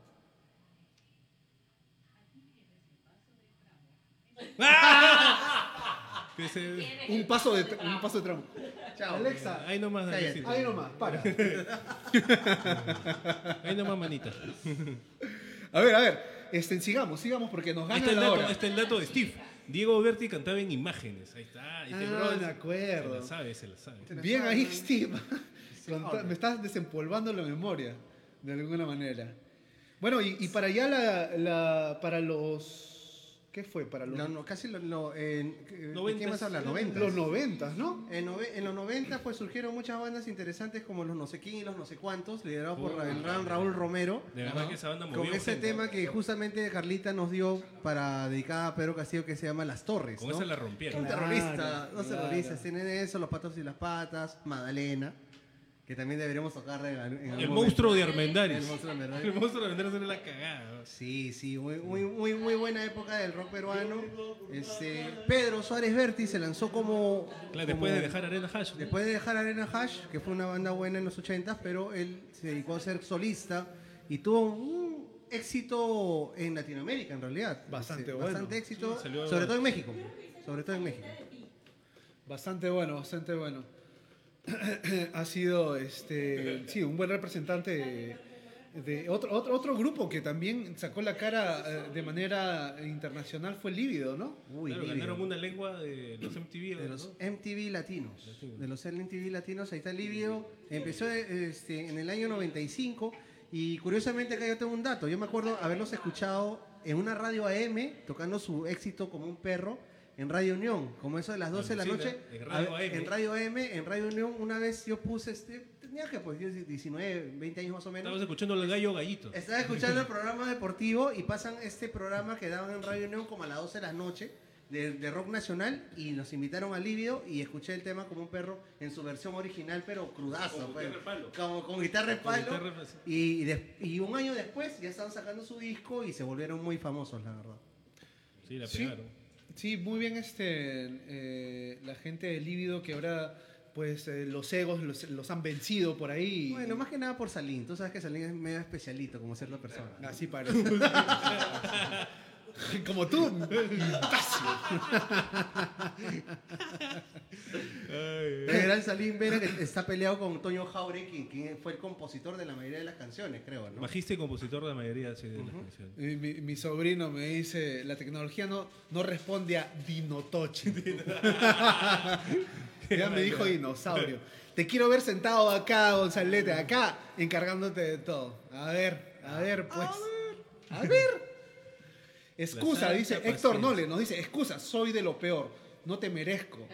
Un paso de Trama. Chao. Alexa, Ahí nomás, Alexito. ahí nomás, para. Ahí nomás, manita. A ver, sigamos porque nos Ahí gana está el la dato, hora. ahí está el dato de Steve. Diego Berti cantaba en imágenes. Ahí está. Me acuerdo. Se la sabe. Bien ahí, Steve. Me estás desempolvando la memoria, de alguna manera. Bueno, y para allá para los... ¿Qué fue? Para los... Casi ¿de qué vas a hablar? 90. Los 90, ¿no? En los 90 pues surgieron muchas bandas interesantes como los no sé quién y los no sé cuántos, liderados por el gran Raúl Romero. De verdad que esa banda movió Con ese gente. tema que justamente Carlita nos dio para dedicada a Pedro Castillo, que se llama Las Torres. Con ¿no? esa la rompieron. Un Claro, terrorista, dos claro. terroristas. Tienen eso, Los Patos y las Patas, Magdalena, que también deberíamos tocar en algún El momento. monstruo de Armendáriz. El monstruo de Armendáriz. El monstruo de Armendáriz era la cagada. Sí, muy buena época del rock peruano. Pedro Suárez Berti se lanzó como... Claro, después de dejar Arena Hash. ¿no? Después de dejar Arena Hash, que fue una banda buena en los 80s, pero él se dedicó a ser solista y tuvo un éxito en Latinoamérica, en realidad. Bastante bueno. Bastante éxito, Sí, salió- sobre todo en México. Bastante bueno. Ha sido sí, un buen representante de otro grupo que también sacó la cara de manera internacional fue Lívido, ¿no? Claro, ganaron una lengua de los MTV. De los ¿no? MTV Latinos. De los MTV Latinos, ahí está Lívido. Empezó en el año 95 y curiosamente acá yo tengo un dato. Yo me acuerdo haberlos escuchado en una radio AM tocando su éxito como un perro en Radio Unión, como eso de las 12 de la noche. En Radio AM. En Radio Unión, una vez yo puse tenía que pues 19, 20 años más o menos. Estabas escuchando el gallo gallito. Estaba escuchando el programa deportivo y pasan este programa que daban en Radio Unión como a las 12 de la noche. de rock nacional y nos invitaron a Lívido y escuché el tema Como un perro en su versión original, pero crudazo. Con guitarra de palo. Con guitarra de palo. Con guitarra, sí. Y un año después ya estaban sacando su disco y se volvieron muy famosos, la verdad. Sí, la Sí. pegaron. Sí, muy bien la gente de Lívido que ahora pues los egos los han vencido por ahí. Bueno, más que nada por Salín. Tú sabes que Salín es medio especialito como cierta persona. Así parece. Como tú, imbécil. El gran Salín Vera que está peleado con Toño Jauregui, quien fue el compositor de la mayoría de las canciones, creo, ¿no? Bajista y compositor de la mayoría sí, de las canciones. Mi sobrino me dice, la tecnología no responde a Dinotoche. Ya me dijo dinosaurio. Te quiero ver sentado acá, Gonzalete, acá, encargándote de todo. A ver, pues. A ver. Excusa, La dice santa Héctor paciencia. Nole, nos dice, excusa, soy de lo peor. No te merezco.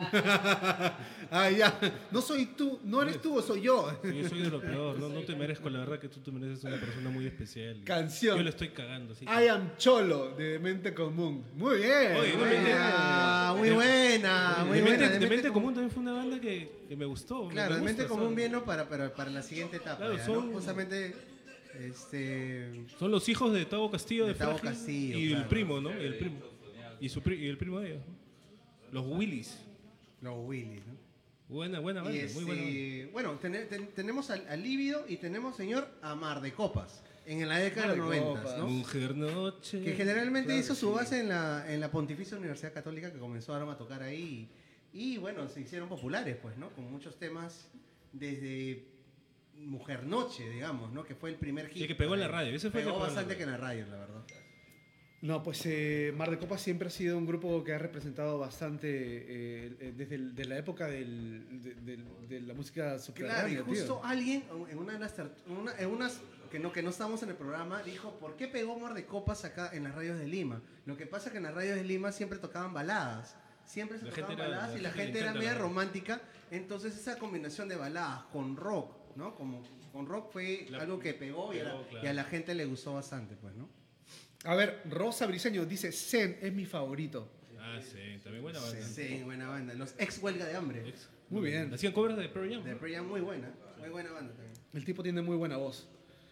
Ya. No soy tú, no eres tú o soy yo. Sí, yo soy de lo peor, no te merezco, la verdad que tú te mereces una persona muy especial. Canción. Yo le estoy cagando, sí. I am Cholo, de Demente Común. Muy bien. Oye, muy Demente- bien. Muy buena, muy buena. Demente Común también fue una banda que me gustó. Claro, me Demente gusta, Común son- vino para la siguiente etapa. Claro, ya, son- ¿no? Justamente, Son los hijos de Tavo Castillo, de Tavo Frágil, Castillo, y claro. el primo, ¿no? Y el primo. Y el primo de ellos, ¿no? Los Willys. los Willys, ¿no? Buena banda, Y muy buena banda. bueno, tenemos al Lívido y tenemos, señor, a Mar de Copas, en la década de los Mar de 90, Copas. ¿no? Mujer Noche. Que generalmente Claro hizo que su sí. base en la Pontificia Universidad Católica, que comenzaron a tocar ahí. Y bueno, se hicieron populares, pues, ¿no? Con muchos temas desde Mujer Noche, digamos, ¿no? Que fue el primer hit. Sí, que pegó en la por ahí. radio, ese fue el que Pegó pegó en la bastante radio. que en la radio, la verdad. No, pues Mar de Copas siempre ha sido un grupo que ha representado bastante desde la época de la música Claro, subterránea. y tío. justo alguien en una de las en unas que no estamos en el programa dijo, ¿por qué pegó Mar de Copas acá en las radios de Lima? Lo que pasa es que en las radios de Lima siempre tocaban baladas. Siempre se La tocaban gente era- baladas y la la gente gente le era encanta media la- romántica. Entonces esa combinación de baladas con rock, ¿no? Como con rock fue algo que pegó, y a la gente le gustó bastante, pues, ¿no? A ver, Rosa Briseño dice, Zen es mi favorito. Ah, sí, también buena banda. Sí, buena banda. Los ex huelga de hambre. Muy bien. Hacían covers de Pearl Jam. De Pearl Jam, muy buena banda también. El tipo tiene muy buena voz.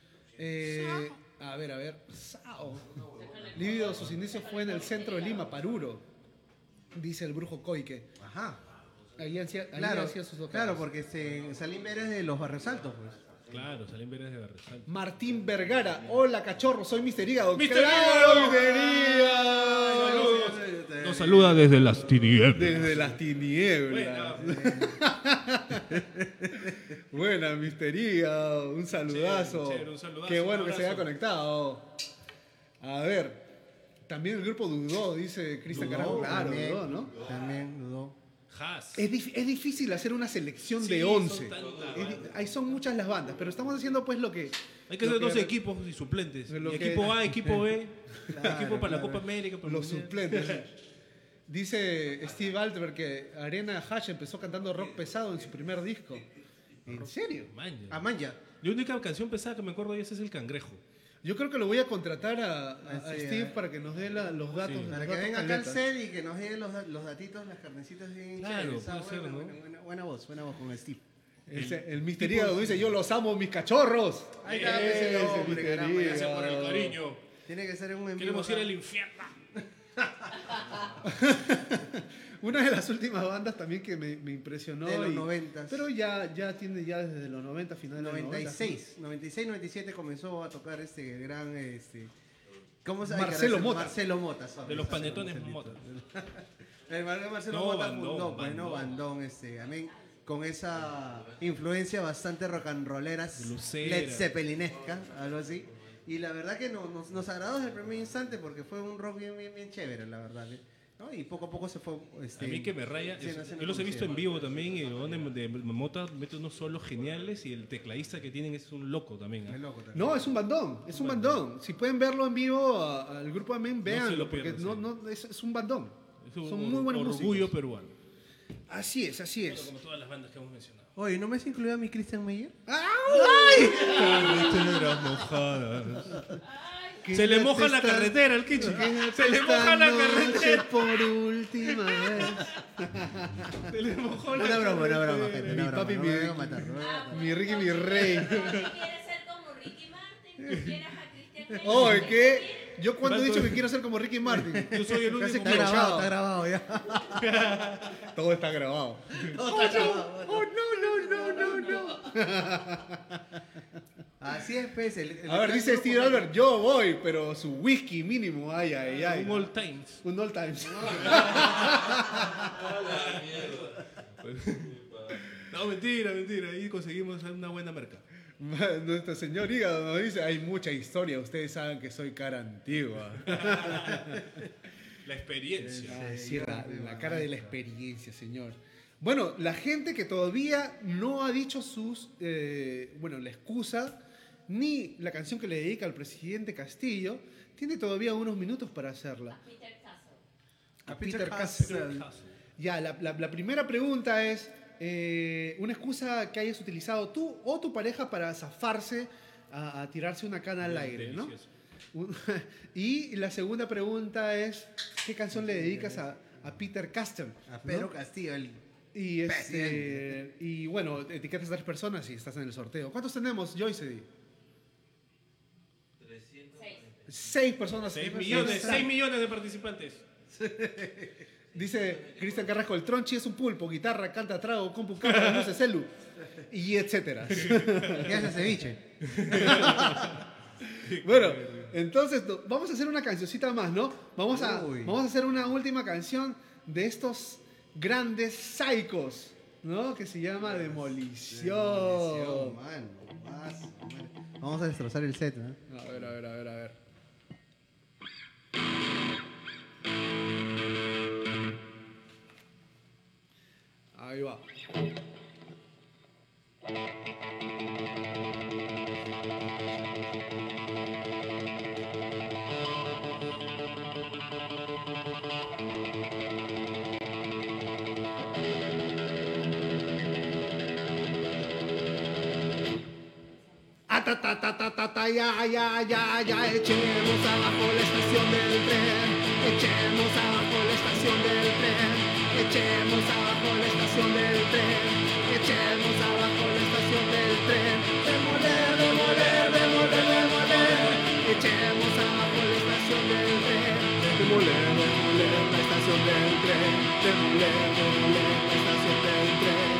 A ver. Sao. Lívido, sus inicios fue en el centro de Lima, Paruro. Dice el brujo Coike. Ajá. Ahí hacía Claro, sus tocadas. claro, porque Salim Vera es de los Barrios Altos, pues. Claro, Salim Pérez de Barresal. Martín Vergara. Hola, cachorro, soy Mister Hígado. ¡Mister ¡Claro, Hígado! Mister Hígado! Nos saluda desde las tinieblas. Desde las tinieblas. Buena, Mister Hígado. Un saludazo. Chévere, un saludazo, Qué un bueno que se haya abrazo. conectado. A ver. También el grupo Dudó, dice Cristian Carajo. Claro, también, Dudó, ¿no? También dudó. Haas. Es difícil hacer una selección Sí, de son 11. tantas Ahí son muchas las bandas, pero estamos haciendo pues lo que... Hay que lo hacer dos que- equipos y suplentes. Lo Y que- equipo A, equipo B. Claro, equipo para la claro. Copa América. Para el Los Mundial. suplentes. Dice Steve Alter que Arena Hash empezó cantando rock pesado en su primer disco. ¿En serio? Maña. Amaya. La única canción pesada que me acuerdo de ese es El Cangrejo. Yo creo que lo voy a contratar a Sí, Steve para que nos dé los datos. Sí. los Para que datos venga acá al caletas. set y que nos dé los datitos, las carnecitas bien Claro, chéveres. puede ser, ¿no? Buena voz con Steve. El Mister Hígado dice, yo los amo, mis cachorros. Ahí está, ese Ese hombre, Mister caramba, ya Gracias por el Hígado. cariño. Tiene que ser un en vivo Queremos ir acá. al infierno. Una de las últimas bandas también que me impresionó. De los 90s. Pero ya tiene ya desde los 90, finales de los 90. 96, 97 comenzó a tocar este gran ¿cómo se Marcelo Mota. Marcelo Mota. De los panetones Mota. Marcelo No, Mota Bandón, fundó, pues, ¿no? Bandón, también con esa influencia bastante rock and rolleras, Blusera. Led Zeppelinesca, algo así. Y la verdad que nos agradó desde el primer instante porque fue un rock bien chévere, la verdad. ¿no? Y poco a poco se fue... A mí que me raya, siendo yo los he visto en conocido. vivo también, y el huevón de Mota mete unos solos geniales, y el tecladista que tienen es un loco también. ¿ah? Es loco también. No, es un bandón, es un bandón. Si pueden verlo en vivo al grupo Amén, se véanlo, lo porque pierdan, es un bandón. Es un Son muy buenos orgullo músicos. peruano. Así es, así es. Como todas las bandas que hemos mencionado. Oye, ¿no me has incluido a mi Christian Meyer? Carreteras mojadas. Se le moja la carretera al Kichi. Se le moja la carretera. Por última vez. Se le mojó la Una broma, carretera. gente. Mi Una papi, broma. No me mi- van a matar, no me van a matar. Mi Ricky, mi rey. ¿Tú quieres ser como Ricky Martin? ¿Tú quieres a Christian Grey? Oh, ¿es que? Yo cuando he dicho que quiero ser como Ricky Martin. Yo soy el único Está que grabado ya. Todo está grabado. Oh, no. Así es, pues. A ver, dice Steve Albert, yo voy, pero su whisky mínimo. Ay. un All Times. Un All Times. No, mentira. Ahí conseguimos una buena marca. Nuestro señor Hígado nos dice, hay mucha historia, ustedes saben que soy cara antigua. La experiencia. Ay, sí, la cara de la experiencia, señor. Bueno, la gente que todavía no ha dicho la excusa, ni la canción que le dedica al presidente Castillo, tiene todavía unos minutos para hacerla. A Peter Castle. Ya, la primera pregunta es, una excusa que hayas utilizado tú o tu pareja para zafarse a tirarse una cana al aire, ¿no? Y la segunda pregunta es, ¿qué canción le dedicas a Peter Castle? A Pedro ¿no? Castillo, el Y, presidente. y bueno, etiquetas a 3 personas y estás en el sorteo. ¿Cuántos tenemos, Joyce? 6 personas. 6 millones de participantes. Dice Cristian Carrasco, el tronchi es un pulpo, guitarra, canta, trago, compu, cámara, luces, celu, y etcétera. ¿Qué hace ceviche? Bueno, entonces vamos a hacer una cancioncita más, ¿no? Vamos a hacer una última canción de estos grandes psicos, ¿no? Que se llama Demolición. Man. Vamos a destrozar el set, ¿no? A ver. Ahí va. Ya, echemos abajo la estación del tren, echemos abajo la estación del tren, echemos abajo la estación del tren, echemos abajo la estación del tren, demoler, echemos abajo la estación del tren, demoler la estación del tren, demoler la estación del tren.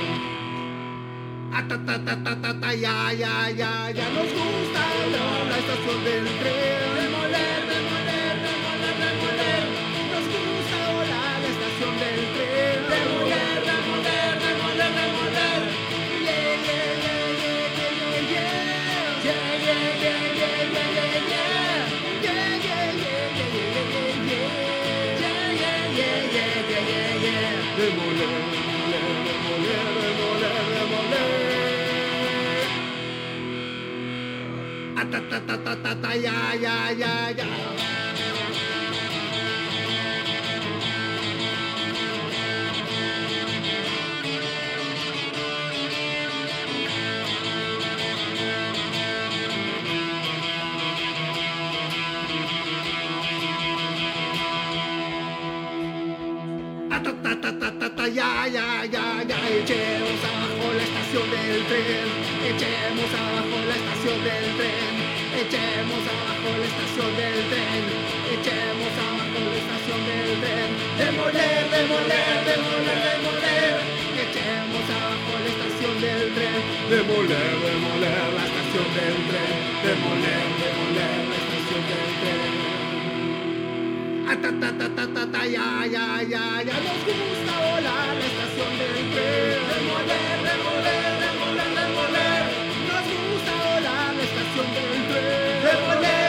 Ya nos gusta la estación del tren. Demoler. Nos gusta volar la estación del tren. Demoler. Ya. Echemos abajo la estación del tren, echemos abajo la estación del tren, echemos abajo la estación del tren, echemos abajo la estación del tren, demoler, echemos abajo la estación del tren, demoler la estación del tren, demoler la estación del tren. Ya nos gusta volar la estación del tren. Demoler. Nos gusta volar la estación del tren. Demoler.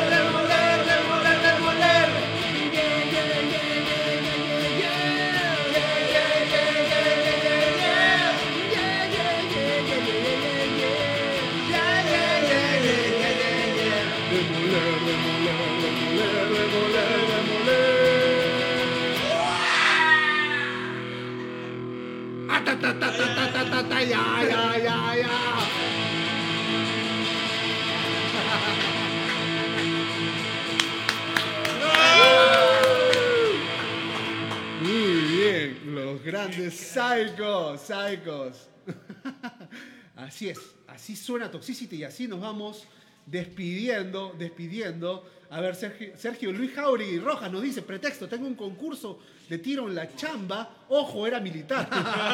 Ya. Grande, Psychos. Así es, así suena Toxicity y así nos vamos despidiendo. A ver, Sergio Luis Jauregui Rojas nos dice, pretexto, tengo un concurso de tiro en la chamba, ojo, era militar.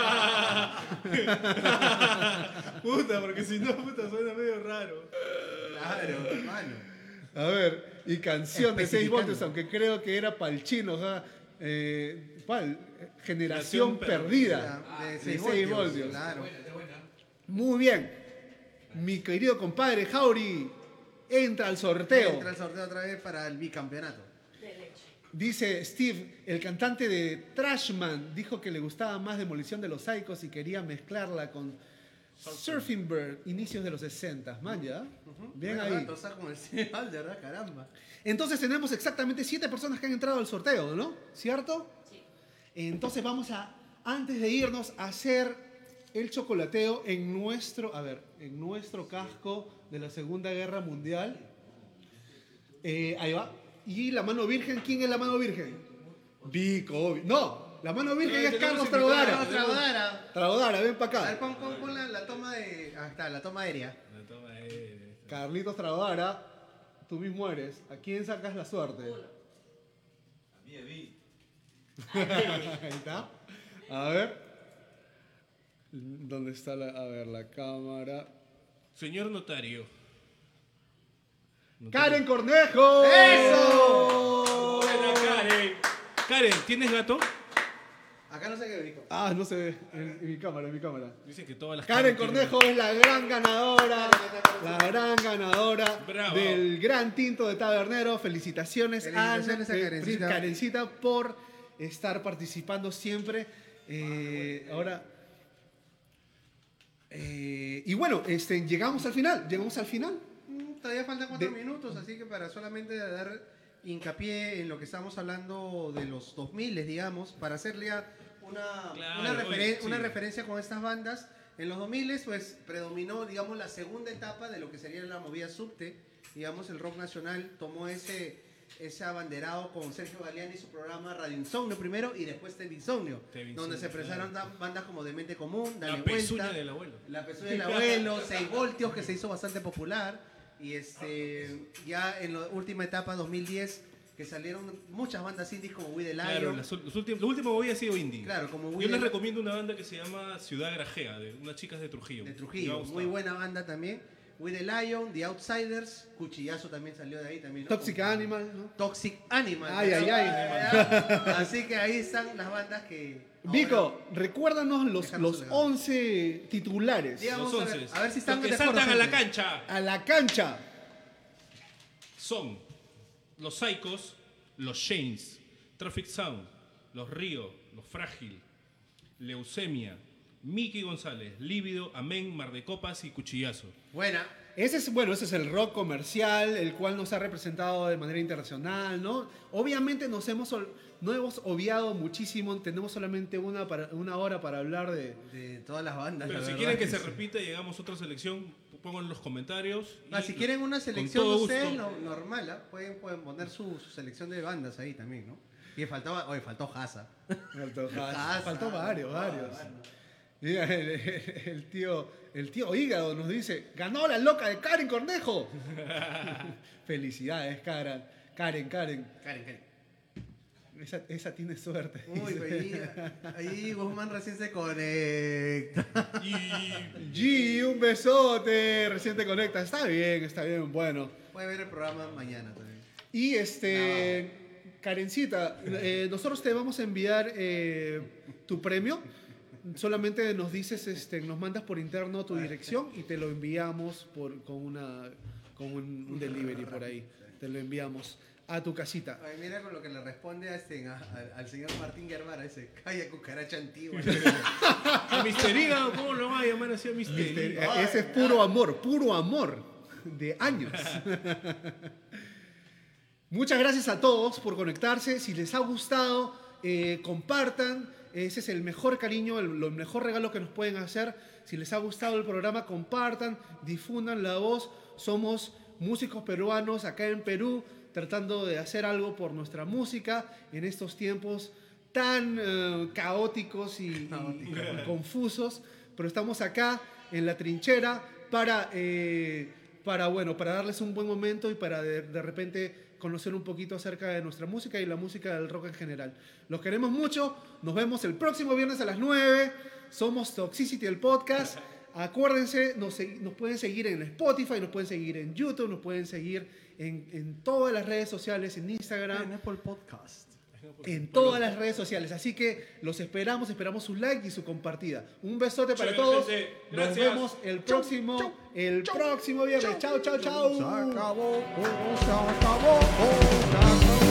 Puta, porque si no, puta, suena medio raro. Claro, hermano. A ver, y canción de 6 Especificando. voltios, aunque creo que era para el chino, o sea, ¿cuál? Generación Perdida. De De 6 6 voltios. voltios. Claro. Muy bien. Mi querido compadre Jauri entra al sorteo. Entra el sorteo otra vez para el bicampeonato. Dice Steve, el cantante de Trashman, dijo que le gustaba más Demolición de los Psychos y quería mezclarla con Surfing Bird, inicios de los 60. Man, ya. Bien Bueno, ahí. rato, o sea, como el Cebal, de verdad, caramba. Entonces tenemos exactamente 7 personas que han entrado al sorteo, ¿no? ¿Cierto? Sí. Entonces vamos a, antes de irnos, a hacer el chocolateo en nuestro casco de la Segunda Guerra Mundial. Ahí va. ¿Y la mano virgen? ¿Quién es la mano virgen? Vico, obvio. No, la mano virgen es Carlos Traudara. Traudara, ven para A ver, acá. pon la toma de... Ah, está, la toma aérea. Carlitos Traudara, tú mismo eres. ¿A quién sacas la suerte? Ahí está. A ver. ¿Dónde está la cámara? Señor notario. ¡Karen Cornejo! ¡Eso! Buena, Karen. Karen, ¿tienes gato? Acá no sé qué dijo. Ah, no se ve. En mi cámara. Dicen que todas las Karen tienen- Cornejo es la gran ganadora. Bravo. Del Gran Tinto de Tabernero. Felicitaciones Felicitaciones a Karencita. Karencita por estar participando siempre. Ahora. Y bueno, llegamos al final. Todavía faltan 4 De- minutos, así que para solamente dar hincapié en lo que estamos hablando de los 2000, digamos, para hacerle ya Claro, una sí. referencia con estas bandas. En los 2000 pues predominó, digamos, la segunda etapa de lo que sería la movida subte. Digamos, el rock nacional tomó ese abanderado con Sergio Galeani y su programa Radio Insomnio primero y después TV Insomnio, TV donde se Insomnio, expresaron bandas como Demente Común, Dale La Vuelta, pezuña del abuelo. La pezuña del abuelo, 6 voltios, que se hizo bastante popular. Y ya en la última etapa, 2010, que salieron muchas bandas indies como We the Lion. Claro, lo último voy ha sido indie. Claro, como Yo We les the- recomiendo una banda que se llama Ciudad Grajea, de unas chicas de Trujillo. de Me Trujillo, ha gustado. muy buena banda también. We the Lion, The Outsiders, Cuchillazo también salió de ahí también. ¿no? Toxic Animal, ¿no? Toxic Animal. Ay, ay, ay. Así que ahí están las bandas que... Vico, recuérdanos Déjanos los su legado. 11 titulares. Digamos, Los a ver, 11. a ver si están Los que de acuerdo, saltan a la gente. cancha A la cancha. son los Psychos, los Shanes, Traffic Sound, los Río, los Frágil, Leucemia, Miki González, Lívido, Amén, Mar de Copas y Cuchillazo. Buena. Ese es el rock comercial, el cual nos ha representado de manera internacional, ¿no? Obviamente no hemos obviado muchísimo, tenemos solamente una hora para hablar de... De todas las bandas. Pero la si verdad quieren que sí. se repita y hagamos otra selección, pongan en los comentarios. y Si quieren una con selección todo de ustedes, gusto. normal, ¿ah? pueden poner su selección de bandas ahí también, ¿no? Y faltó Haza. Faltó varios. Mira, el tío Hígado nos dice, ganó la loca de Karen Cornejo. Felicidades, Karen. Esa tiene suerte. Uy, ahí Guzmán recién se conecta. G, un besote, recién te conecta. Está bien, bueno. Puede ver el programa mañana también. Y Karencita, nosotros te vamos a enviar tu premio. Solamente nos dices, nos mandas por interno tu dirección y te lo enviamos con un delivery por ahí. Te lo enviamos a tu casita. Ay, mira con lo que le responde al señor Martín Guervara, ese calla cucaracha antigua. A Mister Hígado, ¿cómo lo va a llamar así a Mister Hígado? Ese es puro amor de años. Muchas gracias a todos por conectarse. Si les ha gustado, compartan. Ese es el mejor cariño, el mejor regalo que nos pueden hacer. Si les ha gustado el programa, compartan, difundan la voz. Somos músicos peruanos acá en Perú, tratando de hacer algo por nuestra música en estos tiempos tan caóticos y confusos, pero estamos acá en la trinchera para darles un buen momento y para de repente conocer un poquito acerca de nuestra música y la música del rock en general. Los queremos mucho, nos vemos el próximo viernes a las 9, somos Toxicity el podcast. Acuérdense, nos pueden seguir en Spotify, nos pueden seguir en YouTube, nos pueden seguir en todas las redes sociales, en Instagram, en Apple Podcast, en todas las redes sociales. Así que los esperamos su like y su compartida. Un besote para todos. Nos vemos el próximo viernes. Chao, chao, chao. Se acabó.